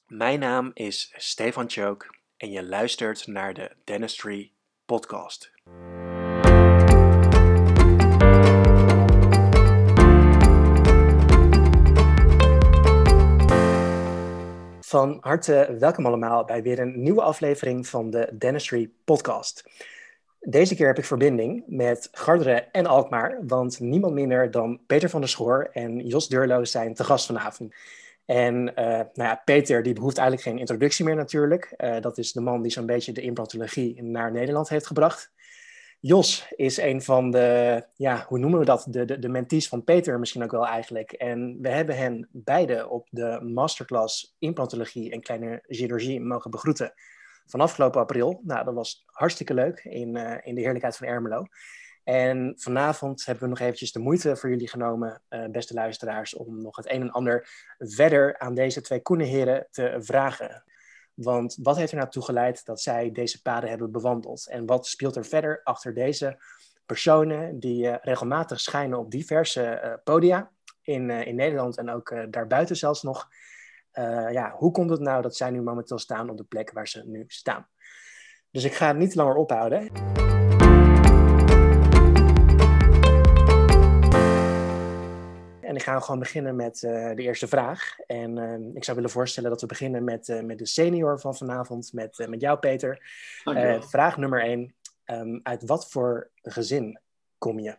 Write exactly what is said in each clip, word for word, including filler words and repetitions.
Mijn naam is Stefan Chook en je luistert naar de Dentistry Podcast. Van harte welkom allemaal bij weer een nieuwe aflevering van de Dentistry Podcast. Deze keer heb ik verbinding met Garderen en Alkmaar, want niemand minder dan Peter van der Schoor en Jos Deurlo zijn te gast vanavond. En uh, nou ja, Peter die behoeft eigenlijk geen introductie meer natuurlijk. Uh, dat is de man die zo'n beetje de implantologie naar Nederland heeft gebracht. Jos is een van de, ja, hoe noemen we dat? De, de, de mentees van Peter misschien ook wel eigenlijk. En we hebben hen beide op de masterclass implantologie en kleine chirurgie mogen begroeten van afgelopen april. Nou, dat was hartstikke leuk in, uh, in de heerlijkheid van Ermelo. En vanavond hebben we nog eventjes de moeite voor jullie genomen, uh, beste luisteraars, om nog het een en ander verder aan deze twee koene heren te vragen. Want wat heeft er naartoe geleid dat zij deze paden hebben bewandeld? En wat speelt er verder achter deze personen die uh, regelmatig schijnen op diverse uh, podia in, uh, in Nederland en ook uh, daarbuiten zelfs nog? Uh, ja, hoe komt het nou dat zij nu momenteel staan op de plek waar ze nu staan? Dus ik ga het niet langer ophouden. En ik ga gewoon beginnen met uh, de eerste vraag. En uh, ik zou willen voorstellen dat we beginnen met, uh, met de senior van vanavond, met, uh, met jou Peter. Uh, vraag nummer één. Um, uit wat voor gezin kom je?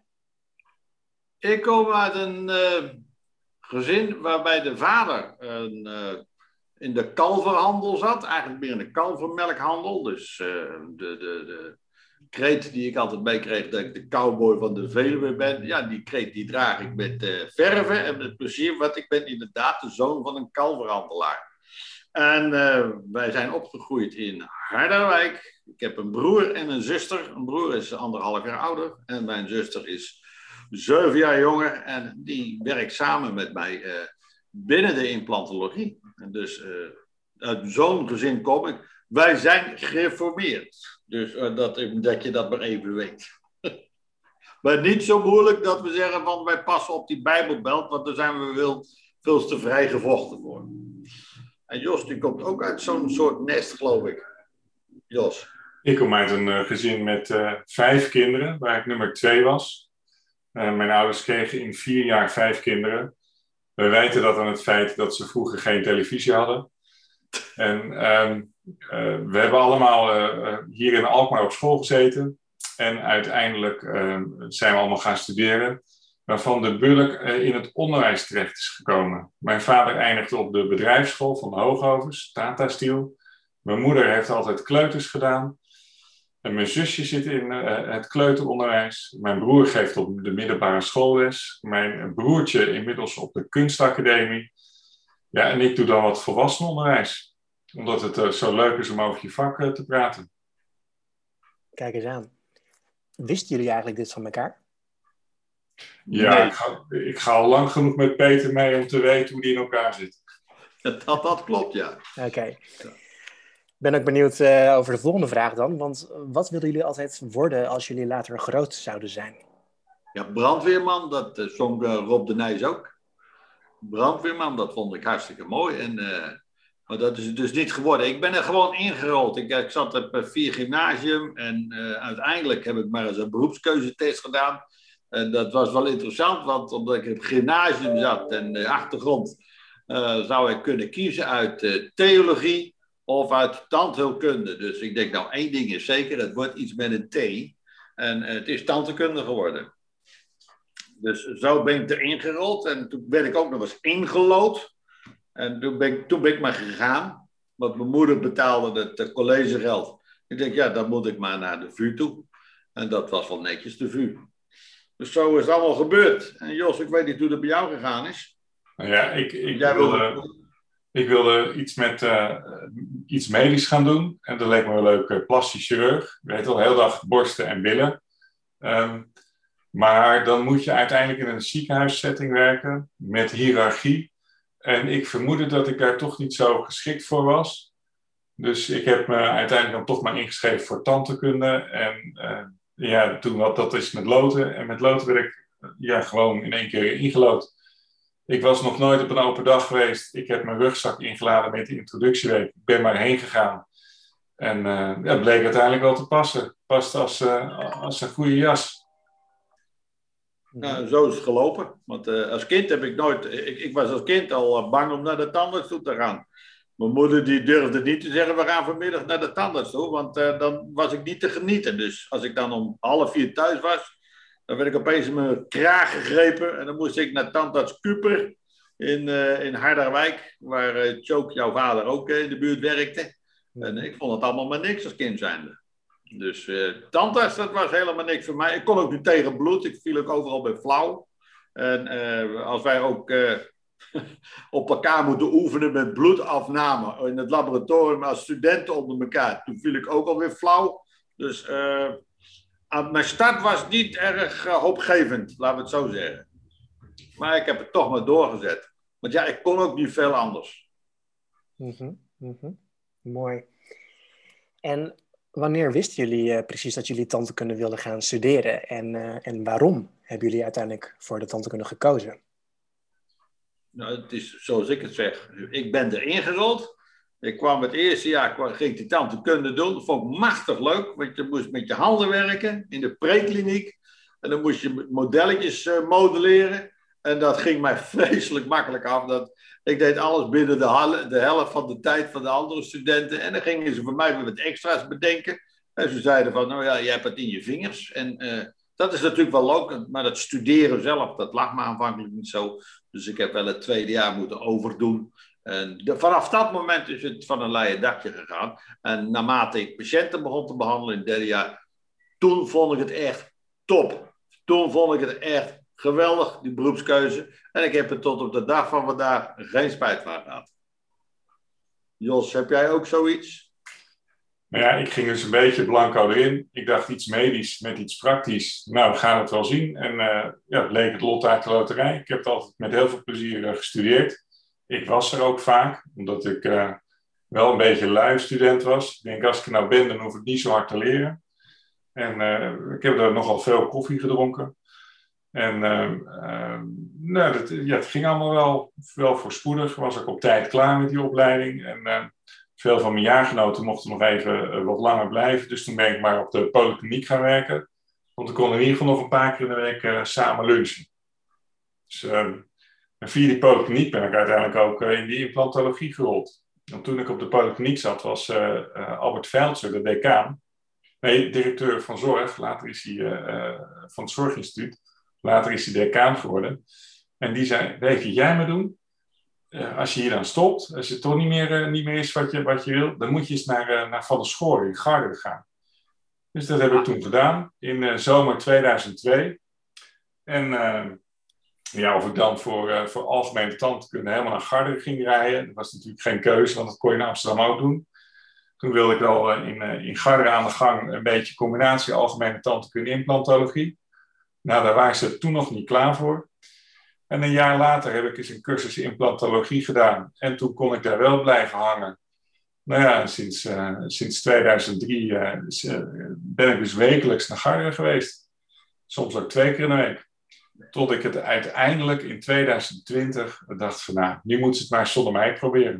Ik kom uit een uh, gezin waarbij de vader een, uh, in de kalverhandel zat. Eigenlijk meer in de kalvermelkhandel. Dus uh, de... de, de kreet die ik altijd meekreeg dat ik de cowboy van de Veluwe ben. Ja, die kreet die draag ik met uh, verven en met plezier, want ik ben inderdaad de zoon van een kalverhandelaar. En uh, wij zijn opgegroeid in Harderwijk. Ik heb een broer en een zuster. Een broer is anderhalf jaar ouder en mijn zuster is zeven jaar jonger. En die werkt samen met mij uh, binnen de implantologie. En dus uh, uit zo'n gezin kom ik. Wij zijn gereformeerd. Dus uh, dat, dat je dat maar even weet. Maar niet zo moeilijk dat we zeggen van wij passen op die Bijbelbelt, want daar zijn we veel, veel te vrij gevochten voor. En Jos, die komt ook uit zo'n soort nest, geloof ik. Jos. Ik kom uit een uh, gezin met uh, vijf kinderen, waar ik nummer twee was. Uh, mijn ouders kregen in vier jaar vijf kinderen. We wijten dat aan het feit dat ze vroeger geen televisie hadden. En um, uh, we hebben allemaal uh, hier in Alkmaar op school gezeten. En uiteindelijk uh, zijn we allemaal gaan studeren. Waarvan de bulk uh, in het onderwijs terecht is gekomen. Mijn vader eindigde op de bedrijfsschool van de Hoogovens, Tata Steel. Mijn moeder heeft altijd kleuters gedaan. En mijn zusje zit in uh, het kleuteronderwijs. Mijn broer geeft op de middelbare schoolles. Mijn broertje inmiddels op de kunstacademie. Ja, en ik doe dan wat volwassenenonderwijs. Omdat het uh, zo leuk is om over je vak uh, te praten. Kijk eens aan. Wisten jullie eigenlijk dit van elkaar? Ja, nee. ik, ga, ik ga al lang genoeg met Peter mee om te weten hoe die in elkaar zit. Dat, dat klopt, ja. Oké. Okay. Ik ben ook benieuwd uh, over de volgende vraag dan. Want wat wilden jullie altijd worden als jullie later groot zouden zijn? Ja, brandweerman. Dat uh, zong uh, Rob de Nijs ook. Brandweerman, dat vond ik hartstikke mooi. En, uh, maar dat is het dus niet geworden. Ik ben er gewoon ingerold. Ik, ik zat op vier gymnasium en uh, uiteindelijk heb ik maar eens een beroepskeuzetest gedaan. En dat was wel interessant, want omdat ik op het gymnasium zat en de achtergrond uh, zou ik kunnen kiezen uit uh, theologie of uit tandheelkunde. Dus ik denk, nou, één ding is zeker, het wordt iets met een T. En uh, het is tandheelkunde geworden. Dus zo ben ik erin gerold en toen ben ik ook nog eens ingelood. En toen ben ik, toen ben ik maar gegaan, want mijn moeder betaalde het, het collegegeld. Ik denk, ja, dan moet ik maar naar de V U toe. En dat was wel netjes de V U. Dus zo is het allemaal gebeurd. En Jos, ik weet niet hoe dat bij jou gegaan is. Nou ja, ik, ik, wilde, ik wilde iets met uh, iets medisch gaan doen. En dat leek me wel leuk, uh, plastisch chirurg. Ik weet wel, heel dag borsten en billen. Um, Maar dan moet je uiteindelijk in een ziekenhuissetting werken met hiërarchie. En ik vermoedde dat ik daar toch niet zo geschikt voor was. Dus ik heb me uiteindelijk dan toch maar ingeschreven voor tandheelkunde. En uh, ja, toen wat dat is met loten. En met loten werd ik ja, gewoon in één keer ingelood. Ik was nog nooit op een open dag geweest. Ik heb mijn rugzak ingeladen met de introductieweek. Ik ben maar heen gegaan. En uh, ja, het bleek uiteindelijk wel te passen. Past als, uh, als een goede jas. Nou, zo is het gelopen. Want uh, als kind heb ik nooit... Ik, ik was als kind al bang om naar de tandarts toe te gaan. Mijn moeder die durfde niet te zeggen, we gaan vanmiddag naar de tandarts toe. Want uh, dan was ik niet te genieten. Dus als ik dan om half vier thuis was, dan werd ik opeens in mijn kraag gegrepen. En dan moest ik naar tandarts Kuper in, uh, in Harderwijk. Waar uh, Choke, jouw vader, ook uh, in de buurt werkte. En ik vond het allemaal maar niks als kind zijnde. Dus uh, tandarts, dat was helemaal niks voor mij. Ik kon ook niet tegen bloed. Ik viel ook overal bij flauw. En uh, als wij ook uh, op elkaar moeten oefenen met bloedafname in het laboratorium als studenten onder elkaar, toen viel ik ook alweer flauw. Dus uh, aan mijn start was niet erg uh, hoopgevend, laten we het zo zeggen. Maar ik heb het toch maar doorgezet. Want ja, ik kon ook niet veel anders. Mm-hmm, mm-hmm. Mooi. En wanneer wisten jullie uh, precies dat jullie tandheelkunde wilden gaan studeren? En, uh, en waarom hebben jullie uiteindelijk voor de tandheelkunde gekozen? Nou, het is zoals ik het zeg. Ik ben erin gerold. Ik kwam het eerste jaar, kwam, ging ik die tandheelkunde doen. Dat vond ik machtig leuk, want je moest met je handen werken in de prekliniek. En dan moest je modelletjes uh, modelleren. En dat ging mij vreselijk makkelijk af. Dat, ik deed alles binnen de, hal, de helft van de tijd van de andere studenten. En dan gingen ze voor mij weer wat extra's bedenken. En ze zeiden van, nou ja, je hebt het in je vingers. En uh, dat is natuurlijk wel leuk. Maar dat studeren zelf, dat lag me aanvankelijk niet zo. Dus ik heb wel het tweede jaar moeten overdoen. En de, vanaf dat moment is het van een leien dakje gegaan. En naarmate ik patiënten begon te behandelen in het derde jaar, toen vond ik het echt top. Toen vond ik het echt geweldig, die beroepskeuze. En ik heb er tot op de dag van vandaag geen spijt van gehad. Jos, heb jij ook zoiets? Nou ja, ik ging dus een beetje blanco erin. Ik dacht iets medisch met iets praktisch. Nou, we gaan het wel zien. En uh, ja, het leek het lot uit de loterij. Ik heb het altijd met heel veel plezier uh, gestudeerd. Ik was er ook vaak, omdat ik uh, wel een beetje lui student was. Ik denk, als ik er nou ben, dan hoef ik niet zo hard te leren. En uh, ik heb er nogal veel koffie gedronken. En uh, uh, nou, dat, ja, het ging allemaal wel, wel voorspoedig. Ik was ook op tijd klaar met die opleiding. En uh, veel van mijn jaargenoten mochten nog even uh, wat langer blijven. Dus toen ben ik maar op de polykliniek gaan werken. Want ik kon in ieder geval nog een paar keer in de week uh, samen lunchen. Dus uh, en via die polykliniek ben ik uiteindelijk ook uh, in die implantologie gerold. En toen ik op de polykliniek zat, was uh, uh, Albert Veldser, de decaan. Nee, directeur van zorg. Later is hij uh, uh, van het Zorginstituut. Later is hij decaan geworden. En die zei, weet je, jij maar doen. Uh, als je hier dan stopt, als het toch niet meer, uh, niet meer is wat je, wat je wil, dan moet je eens naar, uh, naar Van der Schoor in Garderen gaan. Dus dat heb ik toen gedaan, in uh, zomer tweeduizend twee. En uh, ja, of ik dan voor, uh, voor algemene tandheelkunde helemaal naar Garderen ging rijden, dat was natuurlijk geen keuze, want dat kon je in Amsterdam ook doen. Toen wilde ik wel uh, in, uh, in Garderen aan de gang een beetje combinatie algemene tandheelkunde en implantologie. Nou, daar waren ze toen nog niet klaar voor. En een jaar later heb ik eens een cursus implantologie gedaan. En toen kon ik daar wel blijven hangen. Nou ja, sinds, uh, sinds tweeduizend drie uh, dus, uh, ben ik dus wekelijks naar Garderen geweest. Soms ook twee keer in de week. Tot ik het uiteindelijk in tweeduizend twintig dacht van, nou, nu moeten ze het maar zonder mij proberen.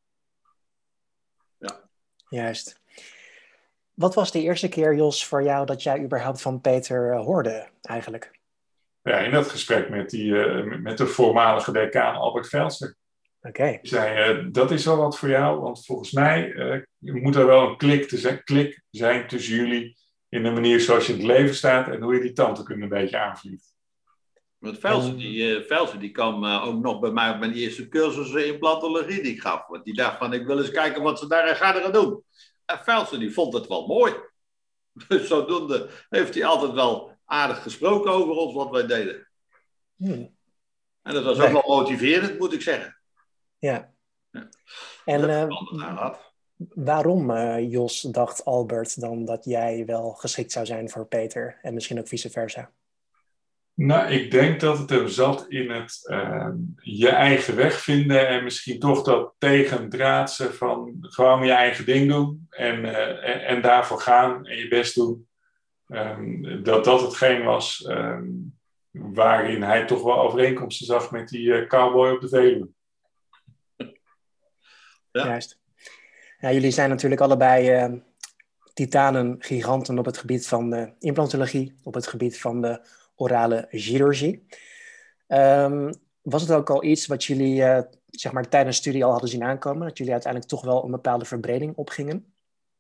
Ja. Juist. Wat was de eerste keer, Jos, voor jou dat jij überhaupt van Peter uh, hoorde eigenlijk? Ja, in dat gesprek met, die, uh, met de voormalige decaan Albert Veldser. Oké. Okay. Die zei, uh, dat is wel wat voor jou, want volgens mij uh, moet er wel een klik, te zijn, klik zijn tussen jullie in de manier zoals je in het leven staat en hoe je die tandheelkunde een beetje aanvliegt. Want Veldser, die, uh, Veldser, die kwam uh, ook nog bij mij op mijn eerste cursus in implantologie die ik gaf. Want die dacht van, ik wil eens kijken wat ze daar in Garderen doen. En Veldser, die vond het wel mooi. Dus zodoende heeft hij altijd wel aardig gesproken over ons, wat wij deden. Hmm. En dat was nee. ook wel motiverend, moet ik zeggen. Ja. ja. En uh, waarom, uh, Jos, dacht Albert dan dat jij wel geschikt zou zijn voor Peter en misschien ook vice versa? Nou, ik denk dat het hem zat in het uh, je eigen weg vinden en misschien toch dat tegendraadse van gewoon je eigen ding doen en, uh, en, en daarvoor gaan en je best doen. Um, dat dat hetgeen was um, waarin hij toch wel overeenkomsten zag met die uh, cowboy op de Veluwe. Ja. Juist. Ja, jullie zijn natuurlijk allebei uh, titanen, giganten op het gebied van de implantologie, op het gebied van de orale chirurgie. Um, was het ook al iets wat jullie uh, zeg maar, tijdens studie al hadden zien aankomen? Dat jullie uiteindelijk toch wel een bepaalde verbreding opgingen?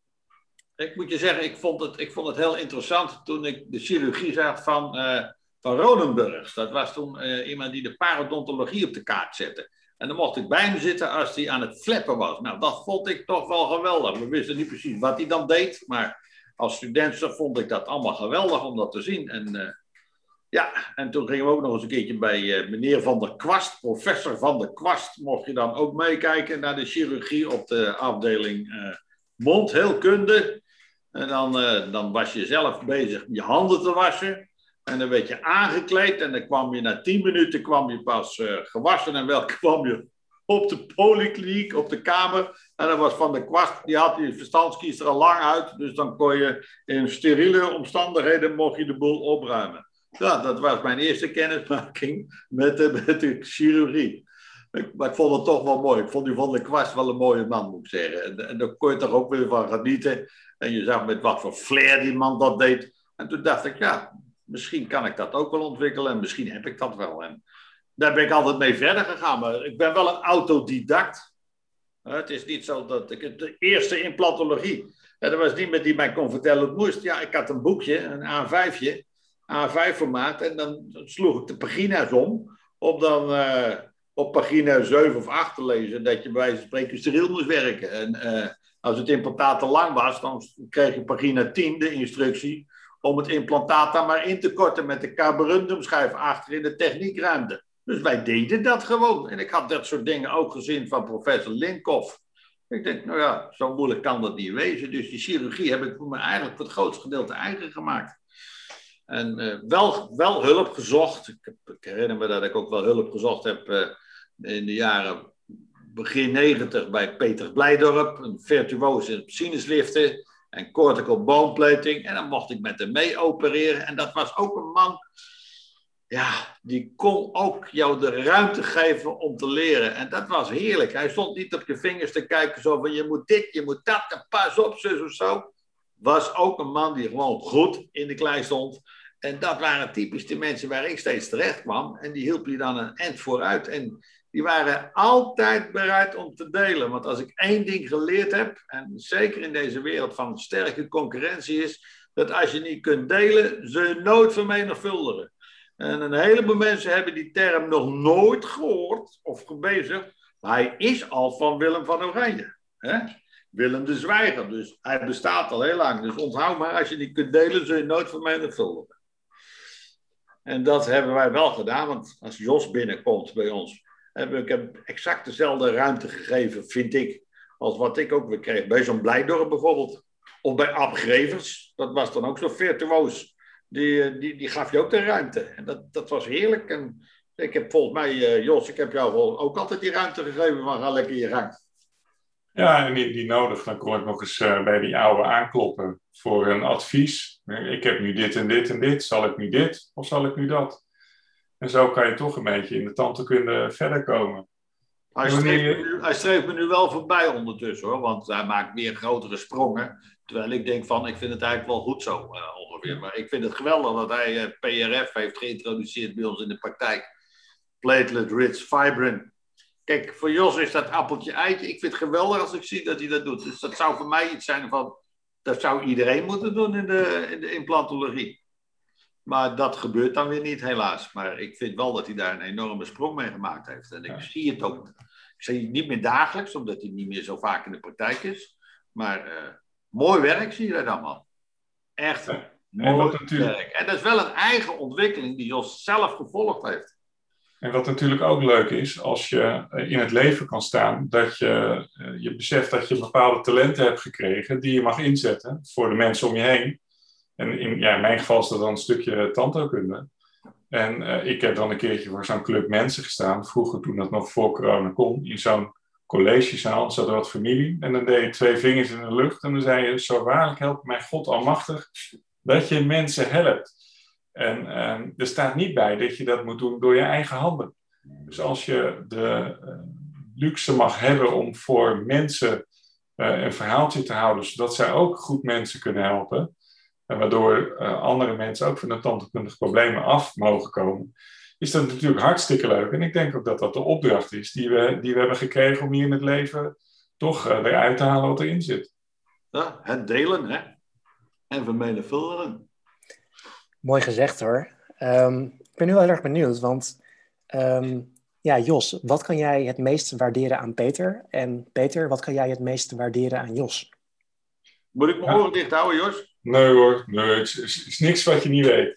Ik moet je zeggen, ik vond het, ik vond het heel interessant toen ik de chirurgie zag van, uh, van Ronenburg. Dat was toen uh, iemand die de parodontologie op de kaart zette. En dan mocht ik bij hem zitten als hij aan het flappen was. Nou, dat vond ik toch wel geweldig. We wisten niet precies wat hij dan deed, maar als student vond ik dat allemaal geweldig om dat te zien. En uh, ja, en toen gingen we ook nog eens een keertje bij uh, meneer Van der Kwast, professor Van der Kwast, mocht je dan ook meekijken naar de chirurgie op de afdeling uh, mondheelkunde. En dan, uh, dan was je zelf bezig je handen te wassen. En dan werd je aangekleed en dan kwam je na tien minuten kwam je pas uh, gewassen en wel kwam je op de polykliniek, op de kamer. En dan was Van der Kwast, die had die verstandskies er al lang uit. Dus dan kon je in steriele omstandigheden mocht je de boel opruimen. Ja, dat was mijn eerste kennismaking met de, met de chirurgie. Maar ik vond het toch wel mooi. Ik vond die Van der Kwast wel een mooie man, moet ik zeggen. En, en daar kon je toch ook weer van genieten. En je zag met wat voor flair die man dat deed. En toen dacht ik, ja, misschien kan ik dat ook wel ontwikkelen. En misschien heb ik dat wel. En daar ben ik altijd mee verder gegaan. Maar ik ben wel een autodidact. Het is niet zo dat ik... De eerste implantologie. Dat was niemand die mij kon vertellen hoe het moest. Ja, ik had een boekje, een A vijfje. A vijf formaat. En dan sloeg ik de pagina's om. Om dan uh, op pagina zeven of acht te lezen. Dat je bij wijze van spreken steriel moest werken. En... Uh, Als het implantaat te lang was, dan kreeg je pagina tien, de instructie, om het implantaat dan maar in te korten met de carborundumschijf achter in de techniekruimte. Dus wij deden dat gewoon. En ik had dat soort dingen ook gezien van professor Linkoff. Ik denk, nou ja, zo moeilijk kan dat niet wezen. Dus die chirurgie heb ik voor me eigenlijk voor het grootste gedeelte eigen gemaakt. En uh, wel, wel hulp gezocht. Ik, heb, ik herinner me dat ik ook wel hulp gezocht heb uh, in de jaren... begin negentig bij Peter Blijdorp, een virtuoos in sinusliften en cortical bone plating. En dan mocht ik met hem mee opereren. En dat was ook een man, ja, die kon ook jou de ruimte geven om te leren. En dat was heerlijk. Hij stond niet op je vingers te kijken zo van je moet dit, je moet dat, en pas op, zus of zo. Was ook een man die gewoon goed in de klei stond. En dat waren typisch de mensen waar ik steeds terecht kwam. En die hielp je dan een eind vooruit. En die waren altijd bereid om te delen. Want als ik één ding geleerd heb, en zeker in deze wereld van sterke concurrentie is, dat als je niet kunt delen, zul je nooit vermenigvuldigen. En een heleboel mensen hebben die term nog nooit gehoord of gebezigd. Maar hij is al van Willem van Oranje. Hè? Willem de Zwijger. Dus hij bestaat al heel lang. Dus onthoud maar, als je niet kunt delen, zul je nooit vermenigvuldigen. En dat hebben wij wel gedaan. Want als Jos binnenkomt bij ons, ik heb exact dezelfde ruimte gegeven, vind ik, als wat ik ook weer kreeg. Bij zo'n Blijdorp bijvoorbeeld. Of bij Ab Grevers. Dat was dan ook zo virtuoos. Die, die, die gaf je ook de ruimte. En dat, dat was heerlijk. En ik heb volgens mij, uh, Jos, ik heb jou ook altijd die ruimte gegeven van ga lekker je gang. Ja, en die, die nodig. Dan kon ik nog eens uh, bij die oude aankloppen voor een advies. Ik heb nu dit en dit en dit. Zal ik nu dit of zal ik nu dat? En zo kan je toch een beetje in de tandheelkunde verder komen. Hij streeft, me nu, hij streeft me nu wel voorbij ondertussen hoor, want hij maakt meer grotere sprongen. Terwijl ik denk van, ik vind het eigenlijk wel goed zo uh, ongeveer. Maar ik vind het geweldig dat hij uh, P R F heeft geïntroduceerd bij ons in de praktijk. Platelet Rich Fibrin. Kijk, voor Jos is dat appeltje eitje. Ik vind het geweldig als ik zie dat hij dat doet. Dus dat zou voor mij iets zijn van, dat zou iedereen moeten doen in de, in de implantologie. Maar dat gebeurt dan weer niet, helaas. Maar ik vind wel dat hij daar een enorme sprong mee gemaakt heeft. En ik ja. zie het ook. Ik zie het niet meer dagelijks, omdat hij niet meer zo vaak in de praktijk is. Maar uh, mooi werk zie je dat allemaal. Echt ja. mooi en natuurlijk... werk. En dat is wel een eigen ontwikkeling die Jos zelf gevolgd heeft. En wat natuurlijk ook leuk is, als je in het leven kan staan, dat je, je beseft dat je bepaalde talenten hebt gekregen die je mag inzetten voor de mensen om je heen. En in, ja, in mijn geval is dat dan een stukje tandheelkunde. En uh, ik heb dan een keertje voor zo'n club mensen gestaan, vroeger toen dat nog voor corona kon, in zo'n collegezaal, zat er wat familie. En dan deed je twee vingers in de lucht en dan zei je, zo waarlijk helpt mij God almachtig dat je mensen helpt. En uh, er staat niet bij dat je dat moet doen door je eigen handen. Dus als je de uh, luxe mag hebben om voor mensen uh, een verhaaltje te houden, zodat zij ook goed mensen kunnen helpen, en waardoor uh, andere mensen ook van de tandheelkundige problemen af mogen komen, is dat natuurlijk hartstikke leuk. En ik denk ook dat dat de opdracht is die we, die we hebben gekregen om hier in het leven toch uh, eruit te halen wat erin zit. Ja, het delen, hè? En vermenigvuldigen. Mooi gezegd hoor. Um, ik ben nu heel erg benieuwd, want um, ja, Jos, wat kan jij het meest waarderen aan Peter? En Peter, wat kan jij het meest waarderen aan Jos? Moet ik mijn ja. oren dicht houden, Jos? Nee hoor, nee, het is, het is niks wat je niet weet.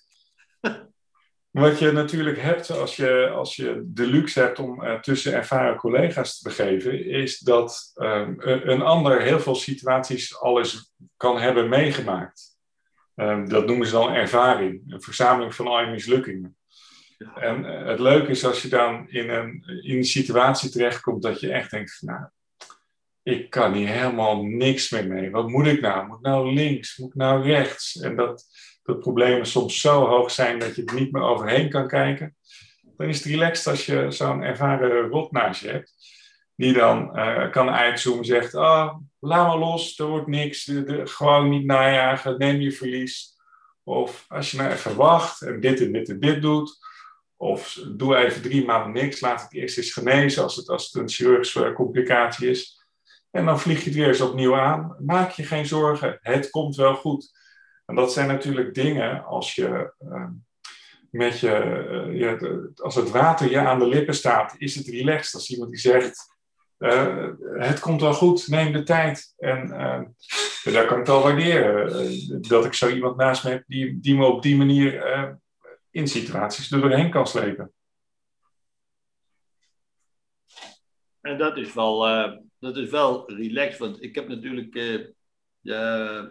Wat je natuurlijk hebt als je, als je de luxe hebt om uh, tussen ervaren collega's te begeven, is dat um, een, een ander heel veel situaties al eens kan hebben meegemaakt. Um, dat noemen ze dan ervaring, een verzameling van al je mislukkingen. Ja. En uh, het leuke is als je dan in een, in een situatie terechtkomt dat je echt denkt van, nou, ik kan hier helemaal niks meer mee. Wat moet ik nou? Moet ik nou links? Moet ik nou rechts? En dat, dat problemen soms zo hoog zijn dat je er niet meer overheen kan kijken. Dan is het relaxed als je zo'n ervaren rot naast je hebt. Die dan uh, kan uitzoomen en zegt, oh, laat maar los, er wordt niks. De, de, gewoon niet najagen, neem je verlies. Of als je nou even wacht en dit en dit en dit doet. Of doe even drie maanden niks, laat het eerst eens genezen als het, als het een chirurgische complicatie is. En dan vlieg je het weer eens opnieuw aan. Maak je geen zorgen, het komt wel goed. En dat zijn natuurlijk dingen als je uh, met je, uh, je, als het water je aan de lippen staat, is het relaxed als iemand die zegt, uh, het komt wel goed, neem de tijd. En uh, dat kan ik wel waarderen, uh, dat ik zo iemand naast me heb die, die me op die manier uh, in situaties er doorheen kan slepen. En dat is wel, uh, dat is wel relaxed, want ik heb natuurlijk uh, uh,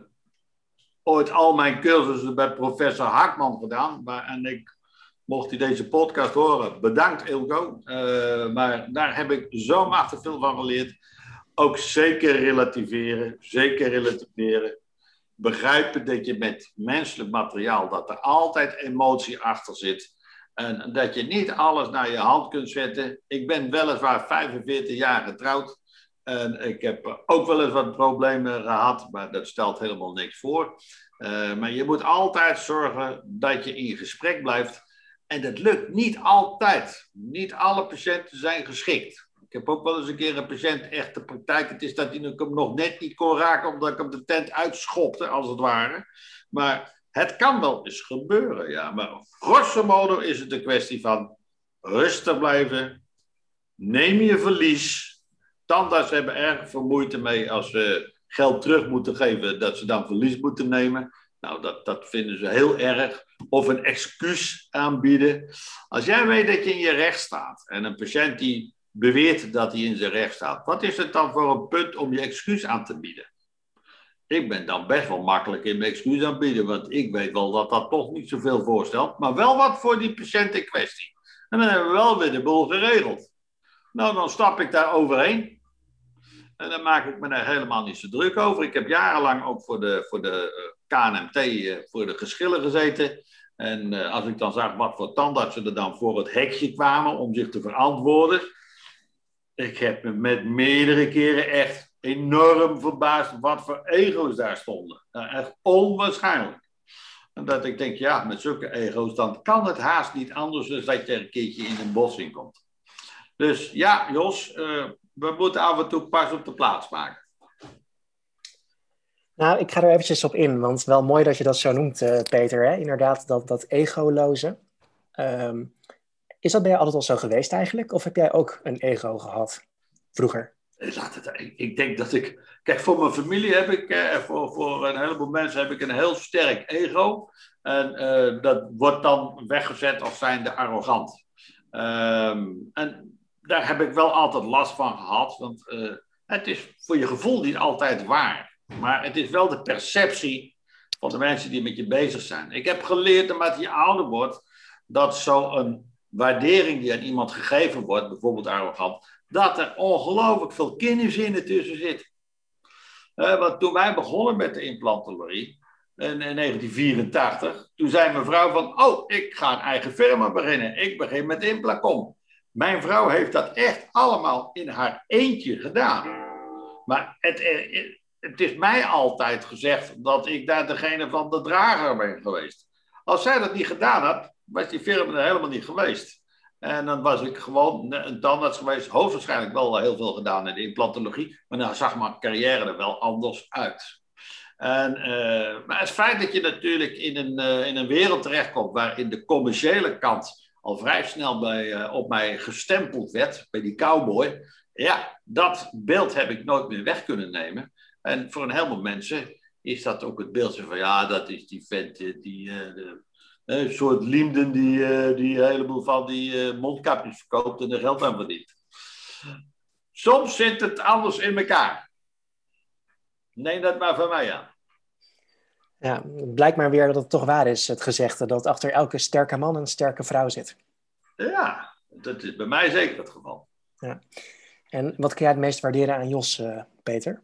ooit al mijn cursussen bij professor Hakman gedaan. Maar, en ik, mocht hij deze podcast horen, bedankt Ilko. Uh, maar daar heb ik zo machtig veel van geleerd. Ook zeker relativeren, zeker relativeren. Begrijpen dat je met menselijk materiaal, dat er altijd emotie achter zit. En dat je niet alles naar je hand kunt zetten. Ik ben weliswaar vijfenveertig jaar getrouwd. En ik heb ook wel eens wat problemen gehad. Maar dat stelt helemaal niks voor. Uh, maar je moet altijd zorgen dat je in gesprek blijft. En dat lukt niet altijd. Niet alle patiënten zijn geschikt. Ik heb ook wel eens een keer een patiënt echt de praktijk. Het is dat hij hem nog net niet kon raken. Omdat ik hem de tent uitschopte, als het ware. Maar het kan wel eens gebeuren, ja. Maar grosso modo is het een kwestie van rustig blijven. Neem je verlies. Tandarts hebben erg veel moeite mee als ze geld terug moeten geven, dat ze dan verlies moeten nemen. Nou, dat, dat vinden ze heel erg. Of een excuus aanbieden. Als jij weet dat je in je recht staat en een patiënt die beweert dat hij in zijn recht staat, wat is het dan voor een punt om je excuus aan te bieden? Ik ben dan best wel makkelijk in mijn excuus aanbieden, want ik weet wel dat dat toch niet zoveel voorstelt, maar wel wat voor die patiënt in kwestie. En dan hebben we wel weer de boel geregeld. Nou, dan stap ik daar overheen. En dan maak ik me daar helemaal niet zo druk over. Ik heb jarenlang ook voor de, voor de K N M T, uh, voor de geschillen gezeten. En uh, als ik dan zag wat voor tandartsen er dan voor het hekje kwamen om zich te verantwoorden. Ik heb me met meerdere keren echt enorm verbaasd wat voor ego's daar stonden. Nou, echt onwaarschijnlijk. En dat ik denk, ja, met zulke ego's dan kan het haast niet anders dan dat je er een keertje in een botsing komt. Dus ja, Jos, uh, we moeten af en toe pas op de plaats maken. Nou, ik ga er eventjes op in, want wel mooi dat je dat zo noemt, uh, Peter. Hè? Inderdaad, dat, dat egoloze. Um, is dat bij jou altijd al zo geweest eigenlijk? Of heb jij ook een ego gehad vroeger? Laat het, ik, ik denk dat ik... Kijk, voor mijn familie heb ik... Eh, voor, voor een heleboel mensen heb ik een heel sterk ego. En uh, dat wordt dan weggezet als zijnde arrogant. Um, en daar heb ik wel altijd last van gehad. Want uh, het is voor je gevoel niet altijd waar. Maar het is wel de perceptie van de mensen die met je bezig zijn. Ik heb geleerd, naarmate je ouder wordt, dat zo'n waardering die aan iemand gegeven wordt, bijvoorbeeld arrogant, dat er ongelooflijk veel kinderzinnen tussen zit. Uh, want toen wij begonnen met de implantologie, in, in negentien vierentachtig. Toen zei mijn vrouw van, oh, ik ga een eigen firma beginnen. Ik begin met Implacom. Mijn vrouw heeft dat echt allemaal in haar eentje gedaan. Maar het, het, het is mij altijd gezegd dat ik daar degene van de drager ben geweest. Als zij dat niet gedaan had, was die firma er helemaal niet geweest. En dan was ik gewoon een tandarts geweest. Hoogstwaarschijnlijk wel heel veel gedaan in de implantologie. Maar dan zag mijn carrière er wel anders uit. En, uh, maar het feit dat je natuurlijk in een, uh, in een wereld terechtkomt waarin de commerciële kant al vrij snel bij, uh, op mij gestempeld werd, bij die cowboy. Ja, dat beeld heb ik nooit meer weg kunnen nemen. En voor een heleboel mensen is dat ook het beeldje van, ja, dat is die vent, die, uh, de, een soort liemden die, uh, die een heleboel van die uh, mondkapjes verkoopt en er geld aan verdient. Soms zit het anders in elkaar. Neem dat maar van mij aan. Ja, het blijkt maar weer dat het toch waar is, het gezegde, dat achter elke sterke man een sterke vrouw zit. Ja, dat is bij mij zeker het geval. Ja. En wat kun jij het meest waarderen aan Jos, uh, Peter?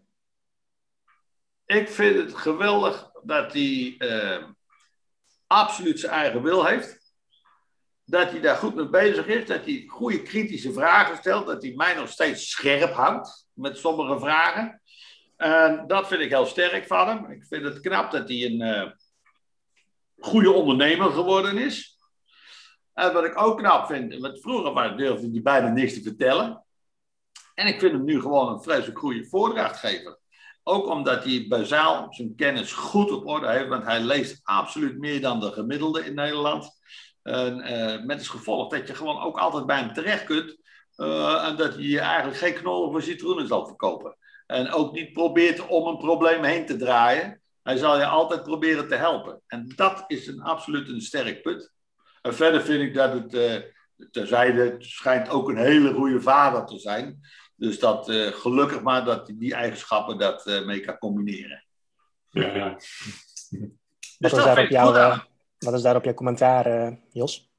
Ik vind het geweldig dat hij uh, absoluut zijn eigen wil heeft. Dat hij daar goed mee bezig is. Dat hij goede kritische vragen stelt. Dat hij mij nog steeds scherp houdt met sommige vragen. En dat vind ik heel sterk van hem. Ik vind het knap dat hij een uh, goede ondernemer geworden is. En wat ik ook knap vind, want vroeger was, durfde hij bijna niks te vertellen. En ik vind hem nu gewoon een vreselijk goede voordrachtgever. Ook omdat hij bazaal zijn kennis goed op orde heeft, want hij leest absoluut meer dan de gemiddelde in Nederland. En, uh, met als gevolg dat je gewoon ook altijd bij hem terecht kunt. Uh, en dat hij je eigenlijk geen knollen voor citroenen zal verkopen. En ook niet probeert om een probleem heen te draaien. Hij zal je altijd proberen te helpen. En dat is een absoluut een sterk punt. En verder vind ik dat het, uh, terzijde, het schijnt ook een hele goede vader te zijn. Dus dat uh, gelukkig maar dat hij die eigenschappen dat uh, mee kan combineren. Ja, ja. Dus wat, is daarop jouw, uh, wat is daarop jouw commentaar, uh, Jos?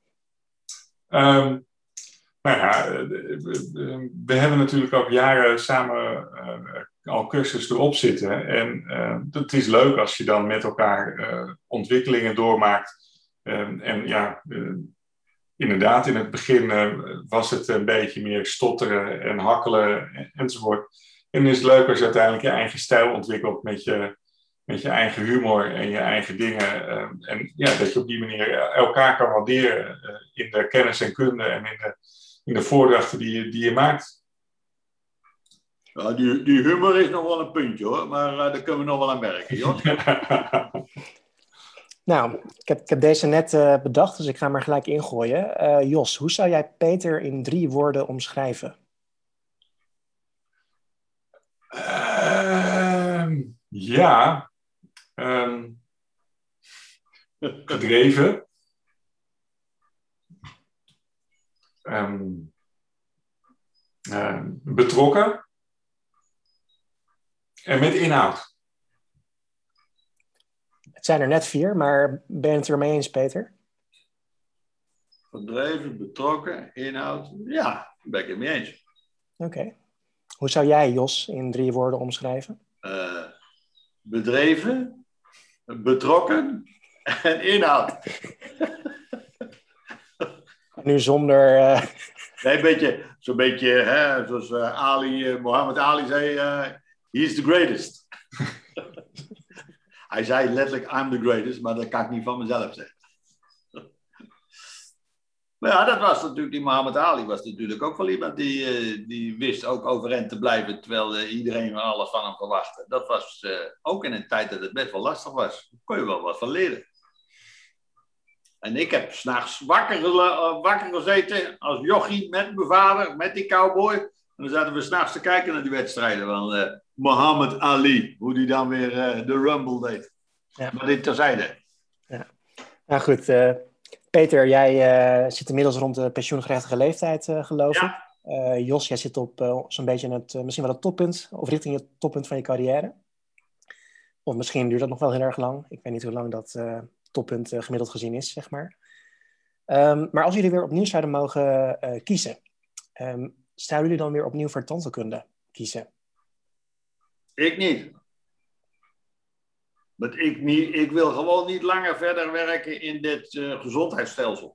Um, nou ja, we hebben natuurlijk ook jaren samen uh, al cursus erop zitten. En uh, het is leuk als je dan met elkaar uh, ontwikkelingen doormaakt. Um, en ja, uh, inderdaad, in het begin uh, was het een beetje meer stotteren en hakkelen en, enzovoort. En dan is het leuk als je uiteindelijk je eigen stijl ontwikkelt met je, met je eigen humor en je eigen dingen. Uh, en ja, dat je op die manier elkaar kan waarderen uh, in de kennis en kunde en in de, in de voordrachten die je, die je maakt. Ja, die, die humor is nog wel een puntje hoor, maar uh, daar kunnen we nog wel aan werken. Joh. Nou, ik heb, ik heb deze net uh, bedacht, dus ik ga hem er gelijk ingooien. Uh, Jos, hoe zou jij Peter in drie woorden omschrijven? Uh, ja, um, gedreven, um, uh, betrokken en met inhoud. Het zijn er net vier, maar ben je het er mee eens, Peter? Gedreven, betrokken, inhoud. Ja, daar ben ik het mee eens. Oké. Okay. Hoe zou jij Jos in drie woorden omschrijven? Uh, bedreven, betrokken en inhoud. Nu zonder... Uh... Nee, een beetje, zo'n beetje, hè, zoals uh, Ali, uh, Mohammed Ali zei, uh, he's the greatest. Hij zei letterlijk, I'm the greatest, maar dat kan ik niet van mezelf zeggen. Maar ja, dat was natuurlijk, die Mohammed Ali was natuurlijk ook wel iemand die, uh, die wist ook overeind te blijven, terwijl uh, iedereen alles van hem verwachtte. Dat was uh, ook in een tijd dat het best wel lastig was. Daar kon je wel wat van leren. En ik heb s'nachts wakker, uh, wakker gezeten als jochie met mijn vader, met die cowboy. En dan zaten we s'nachts te kijken naar die wedstrijden van uh, Mohammed Ali. Hoe die dan weer uh, de Rumble deed. Ja. Maar dit terzijde. Ja. Nou goed, uh, Peter, jij uh, zit inmiddels rond de pensioengerechtige leeftijd, uh, geloof ik. Ja. Uh, Jos, jij zit op uh, zo'n beetje het, uh, misschien wel het toppunt, of richting het toppunt van je carrière. Of misschien duurt dat nog wel heel erg lang. Ik weet niet hoe lang dat uh, toppunt uh, gemiddeld gezien is, zeg maar. Um, maar als jullie weer opnieuw zouden mogen uh, kiezen, um, zouden jullie dan weer opnieuw voor tandheelkunde kiezen? Ik niet. Want ik, niet, ik wil gewoon niet langer verder werken in dit uh, gezondheidsstelsel.